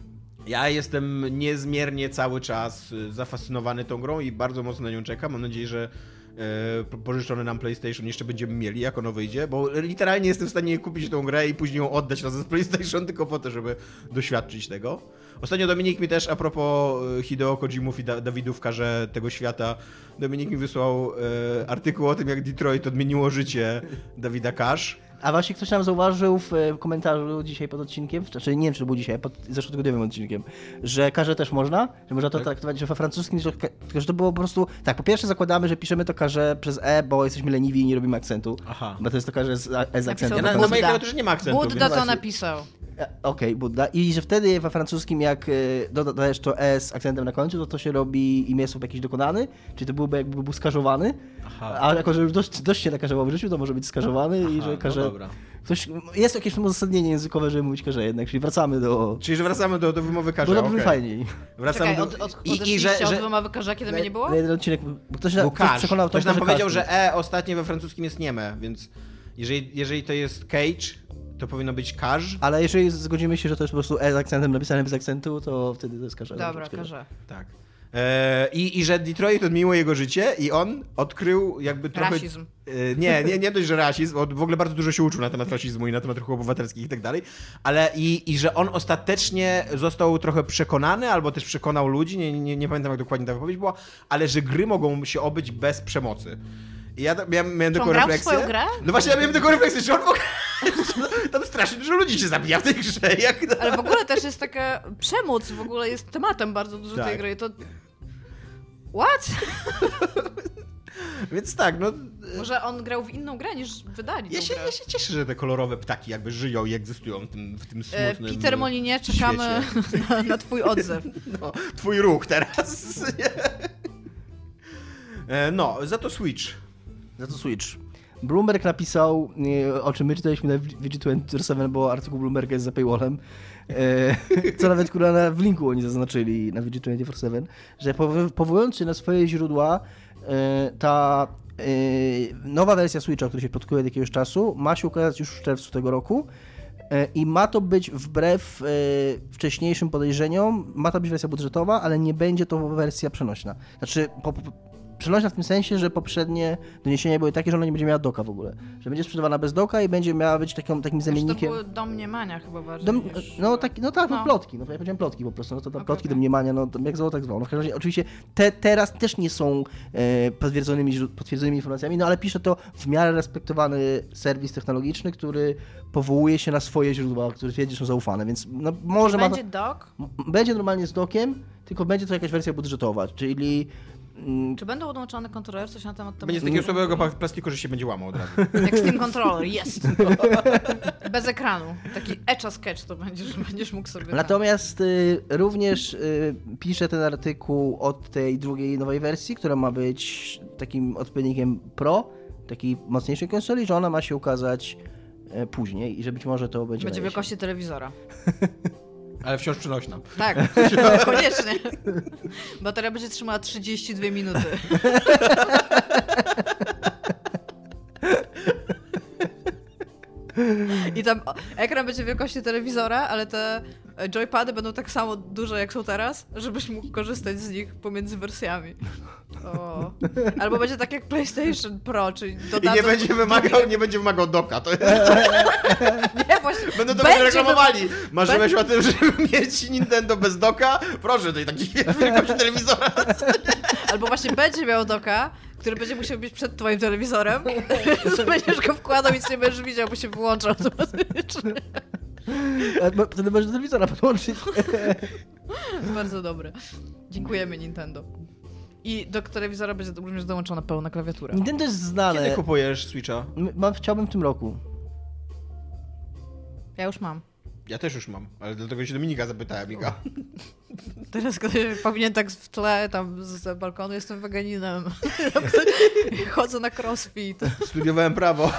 Ja jestem niezmiernie cały czas zafascynowany tą grą i bardzo mocno na nią czekam. Mam nadzieję, że pożyczony nam PlayStation jeszcze będziemy mieli, jak ono wyjdzie, bo literalnie jestem w stanie kupić tą grę i później ją oddać razem z PlayStation tylko po to, żeby doświadczyć tego. Ostatnio Dominik mi też, a propos Hideo Kojimów i Dawidów Karze tego świata, Dominik mi wysłał artykuł o tym, jak Detroit odmieniło życie Dawida Karz. A właśnie ktoś nam zauważył w komentarzu dzisiaj pod odcinkiem, znaczy nie wiem, czy to był dzisiaj, pod zeszłotygodniowym odcinkiem, że Karze też można, że można to traktować, że we francuskim, że to było po prostu... Tak, po pierwsze zakładamy, że piszemy to Karze przez E, bo jesteśmy leniwi i nie robimy akcentu. Aha. Bo to jest to Karze z akcentem. Ja na mojej klawiaturze nie ma akcentu. Budda to napisał. Okej, Budda. I że wtedy we francuskim, jak dodajesz to E z akcentem na końcu, to się robi imię słów jakiś dokonany, czyli to byłby jakby był skażowany. Aha. A jako, że już dość się nakarzewał w życiu, to może być skażowany. Aha, i że Karze... No dobra. Jest jakieś uzasadnienie językowe, żeby mówić Karze jednak, czyli wracamy do... Czyli, że wracamy do wymowy Karze, bo to brzmi fajniej. Wracamy od wymowy Karze, kiedy mnie nie było? Na jeden odcinek, bo ktoś przekonał... Ktoś nam powiedział, że E ostatnio we francuskim jest nieme, więc jeżeli to jest Cage... To powinno być Karz. Ale jeżeli zgodzimy się, że to jest po prostu E z akcentem napisane bez akcentu, to wtedy to jest Karze. Dobra, Karze. Tak. I że Detroit odmieniło jego życie i on odkrył jakby trochę... Rasizm. Nie dość, że rasizm, on w ogóle bardzo dużo się uczył na temat rasizmu i na temat ruchów obywatelskich i tak dalej, ale i że on ostatecznie został trochę przekonany, albo też przekonał ludzi, nie pamiętam jak dokładnie ta wypowiedź była, ale że gry mogą się obyć bez przemocy. I ja miałem taką refleksję. Swoją grę? No właśnie, ja miałem taką refleksję, że on tam strasznie dużo ludzi się zabija w tej grze. Ale w ogóle też jest taka przemoc, w ogóle jest tematem bardzo dużo tej gry. To... What? Więc tak, no... Może on grał w inną grę niż wydali ja się cieszę, że te kolorowe ptaki jakby żyją i egzystują w tym smutnym Peter Molinie, czekamy na twój odzew. No, twój ruch teraz. No, za to Switch. Bloomberg napisał, o czym my czytaliśmy na VG247, bo artykuł Bloomberga jest za paywallem, co nawet w linku oni zaznaczyli na VG247, że powołując się na swoje źródła, ta nowa wersja Switcha, o której się plotkuje od jakiegoś czasu, ma się ukazać już w czerwcu tego roku i ma to być wbrew wcześniejszym podejrzeniom, ma to być wersja budżetowa, ale nie będzie to wersja przenośna. Znaczy, przenośna w tym sensie, że poprzednie doniesienia były takie, że ona nie będzie miała docka w ogóle. Że będzie sprzedawana bez docka i będzie miała być takim zamiennikiem. To były domniemania chyba bardziej niż... plotki. No ja powiedziałem plotki po prostu. No to plotki, domniemania, no to jak zwał, tak zwał. No w każdym razie oczywiście teraz też nie są potwierdzonymi informacjami, no ale pisze to w miarę respektowany serwis technologiczny, który powołuje się na swoje źródła, które twierdzi, że są zaufane, więc no może będzie dock? Będzie normalnie z dockiem, tylko będzie to jakaś wersja budżetowa, czyli... Czy będą odłączony kontroler? Coś na temat tego? Będzie z takiego słabego plastiku, że się będzie łamał od razu. Jak Steam Controller, jest! Bez ekranu. Taki etcha sketch to będzie, że będziesz mógł sobie... Natomiast również piszę ten artykuł od tej drugiej nowej wersji, która ma być takim odpowiednikiem Pro, takiej mocniejszej konsoli, że ona ma się ukazać później i że być może to będzie... Będzie wielkości telewizora. Ale wciąż przenośna. Tak, koniecznie. Bateria będzie trzymała 32 minuty. I tam ekran będzie wielkości telewizora, ale te joypady będą tak samo duże, jak są teraz, żebyś mógł korzystać z nich pomiędzy wersjami. O. Albo będzie tak jak PlayStation Pro, czyli dodadzą... I nie będzie wymagał doka. To jest... Nie, właśnie... Będą to reklamowali. Marzyłeś o tym, żeby mieć Nintendo bez doka? Proszę, to i taki wielkości telewizora. Albo właśnie będzie miał doka, który będzie musiał być przed twoim telewizorem. Będziesz go wkładał i nic nie będziesz widział, bo się wyłącza automatycznie. Wtedy możesz do telewizora podłączyć. Bardzo dobre. Dziękujemy Nintendo. I do telewizora będzie również dołączona pełna klawiatura. Nintendo jest znane. Kiedy kupujesz Switcha? Chciałbym w tym roku. Ja już mam. Ja też już mam, ale dlatego się Dominika zapytałem, Mika. Teraz powinien tak w tle, tam z balkonu jestem weganinem. Chodzę na crossfit. Studiowałem prawo.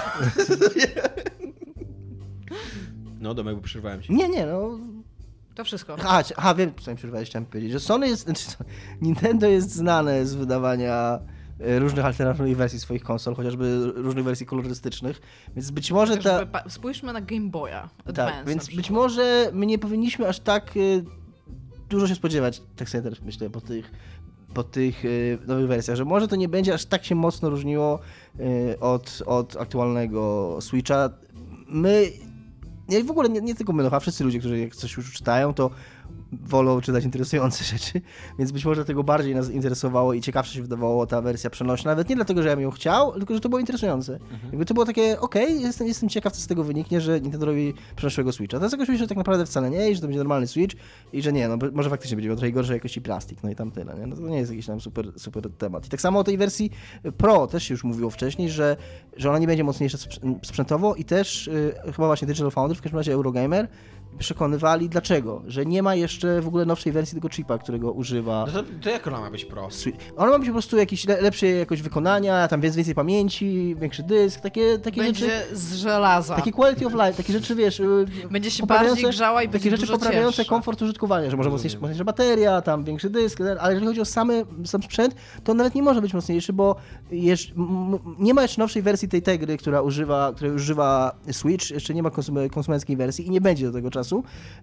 No, Domek, bo przerwałem się. Nie, no... To wszystko. Wiem, co mi przerwałeś, chciałem powiedzieć, że Nintendo jest znane z wydawania różnych alternatywnych wersji swoich konsol, chociażby różnych wersji kolorystycznych, więc być może Spójrzmy na Game Boya Advance. Tak, więc być może my nie powinniśmy aż tak dużo się spodziewać, tak sobie teraz myślę, po tych nowych wersjach, że może to nie będzie aż tak się mocno różniło od aktualnego Switcha. Ja w ogóle nie tylko my, a wszyscy ludzie, którzy jak coś już czytają, to wolą czytać interesujące rzeczy, więc być może tego bardziej nas interesowało i ciekawsze się wydawało ta wersja przenośna, nawet nie dlatego, że ja bym ją chciał, tylko że to było interesujące. Jakby to było takie, jestem ciekaw, co z tego wyniknie, że Nintendo robi przenośnego Switcha. To jest jakoś myślę, że tak naprawdę wcale nie, i że to będzie normalny Switch i że nie, no może faktycznie będzie miał trochę gorszej jakości plastik, no i tam tyle, nie? No to nie jest jakiś tam super temat. I tak samo o tej wersji Pro też się już mówiło wcześniej, że ona nie będzie mocniejsza sprzętowo i też chyba właśnie Digital Foundry, w każdym razie Eurogamer, przekonywali dlaczego, że nie ma jeszcze w ogóle nowszej wersji tego chipa, którego używa. No to jak ona ma być Pro? Ona ma być po prostu jakieś lepsze jakość wykonania, tam więcej pamięci, większy dysk, takie będzie rzeczy. Z żelaza. Takie quality of life, takie rzeczy, wiesz, będzie się bardziej grzała i będzie takie rzeczy poprawiające cięższa. komfort użytkowania, że może mocniejsza bateria, tam większy dysk, ale jeżeli chodzi o sam sprzęt, to on nawet nie może być mocniejszy, bo nie ma jeszcze nowszej wersji tej Tegry, której używa Switch, jeszcze nie ma konsumenckiej wersji i nie będzie do tego czasu.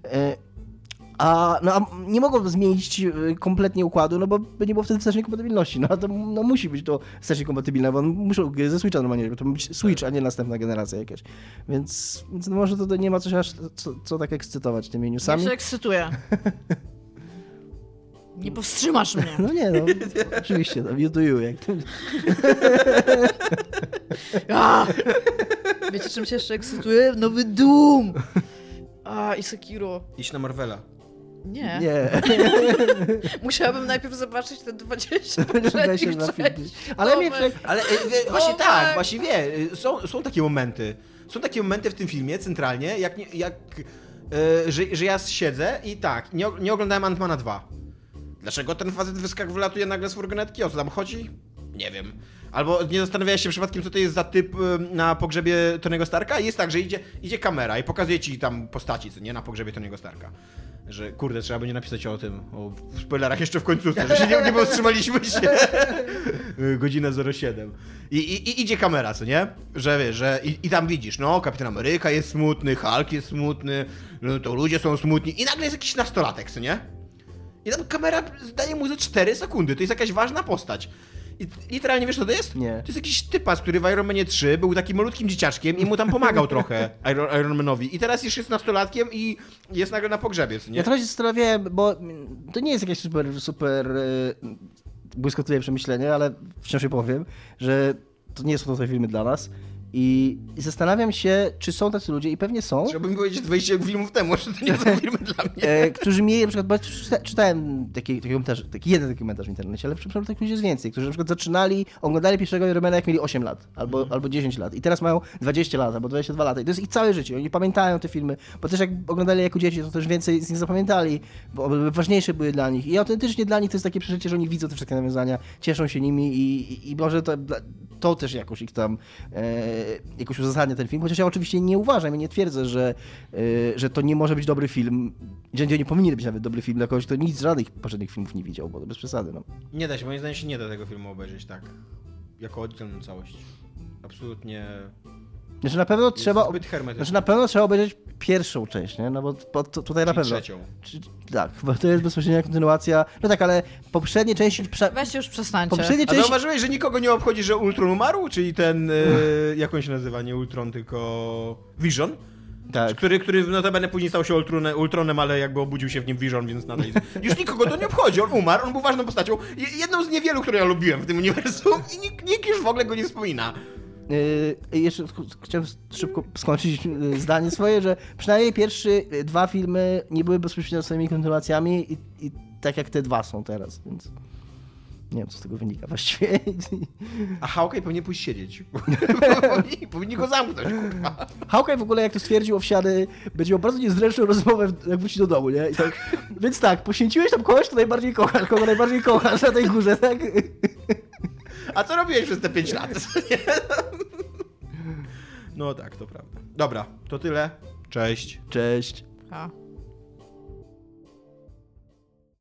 A nie mogą zmienić kompletnie układu, no bo nie było wtedy wstecznej kompatybilności. No to musi być to wstecznie kompatybilne, bo muszą ze Switcha normalnie, bo to ma być Switch, a nie następna generacja jakaś. Więc no może to nie ma coś aż co tak ekscytować tymi newsami. Ja się ekscytuję. Nie powstrzymasz mnie. No nie, no oczywiście, you do you. Wiecie, czym się jeszcze ekscytuję? Nowy Doom! I Sekiro. Idź na Marvela. Nie. Musiałabym najpierw zobaczyć te 20 poprzednich części. Ale właśnie tak, właściwie są takie momenty. Są takie momenty w tym filmie centralnie, że ja siedzę i tak, nie oglądałem Ant-Mana 2. Dlaczego ten facet wylatuje nagle z furgonetki? O co tam chodzi? Nie wiem. Albo nie zastanawiałeś się przypadkiem, co to jest za typ na pogrzebie Tony'ego Starka? Jest tak, że idzie kamera i pokazuje ci tam postaci, co nie, na pogrzebie Tony'ego Starka. Że kurde, trzeba będzie napisać o tym, o spoilerach jeszcze w końcówce, że się nie powstrzymaliśmy się. Godzina 07. I idzie kamera, co nie? Że wiesz, i tam widzisz, no, Kapitan Ameryka jest smutny, Hulk jest smutny, no to ludzie są smutni i nagle jest jakiś nastolatek, co nie? I tam kamera daje mu ze 4 sekundy, to jest jakaś ważna postać. I literalnie wiesz, co to jest? Nie. To jest jakiś typas, który w Iron Manie 3 był takim malutkim dzieciaczkiem i mu tam pomagał trochę Iron Manowi. I teraz już jest nastolatkiem i jest nagle na pogrzebie, nie? Ja trochę się zastanawiałem, bo to nie jest jakieś super błyskotliwe przemyślenie, ale wciąż się powiem, że to nie są te filmy dla nas. I zastanawiam się, czy są tacy ludzie, i pewnie są. Trzeba mi powiedzieć 20 filmów temu, że to nie są filmy dla mnie. Którzy mieli, na przykład, bo czytałem jeden taki komentarz w internecie, ale przepraszam, takich ludzi jest więcej, którzy na przykład zaczynali, oglądali pierwszego Iron Mana, jak mieli 8 lat, albo 10 lat i teraz mają 20 lat, albo 22 lata i to jest ich całe życie, oni pamiętają te filmy, bo też jak oglądali jako dzieci, to też więcej z nich zapamiętali, bo ważniejsze były dla nich i autentycznie dla nich to jest takie przeżycie, że oni widzą te wszystkie nawiązania, cieszą się nimi i może to też jakoś ich tam jakoś uzasadnia ten film, chociaż ja oczywiście nie uważam i nie twierdzę, że to nie może być dobry film, że nie powinien być nawet dobry film dla kogoś, kto nic z żadnych poprzednich filmów nie widział, bo to bez przesady. No. Nie da się, moim zdaniem się nie da tego filmu obejrzeć tak, jako oddzielną całość. Absolutnie Znaczy na pewno trzeba... Zbyt hermetyczny. Znaczy na pewno trzeba obejrzeć pierwszą część, nie? No bo tutaj na pewno... trzecią. Tak, bo to jest bezpośrednia kontynuacja. No tak, ale poprzednie części... Weźcie już przestańcie. A zauważyłeś, że nikogo nie obchodzi, że Ultron umarł? Czyli ten... jak on się nazywa? Nie Ultron, tylko... Vision? Tak. Który notabene później stał się Ultronem, ale jakby obudził się w nim Vision, więc nadal... Już nikogo to nie obchodzi, on umarł, on był ważną postacią. Jedną z niewielu, które ja lubiłem w tym uniwersum i nikt już w ogóle go nie wspomina. Jeszcze chciałem szybko skończyć zdanie swoje, że przynajmniej pierwsze 2 filmy nie były bezpośrednio swoimi kontynuacjami i tak jak te 2 są teraz, więc nie wiem, co z tego wynika właściwie. A Hawkeye powinien pójść siedzieć. Powinni go zamknąć, kurwa. Hawkeye w ogóle, jak to stwierdził Owsiany, będzie miał bardzo niezręczną rozmowę, jak wróci do domu, nie? I tak, więc tak, poświęciłeś tam kogoś, kto najbardziej kochasz, kogo najbardziej kochasz na tej górze, tak? A co robiłeś przez te 5 lat? No tak, to prawda. Dobra, to tyle. Cześć. Cześć. A.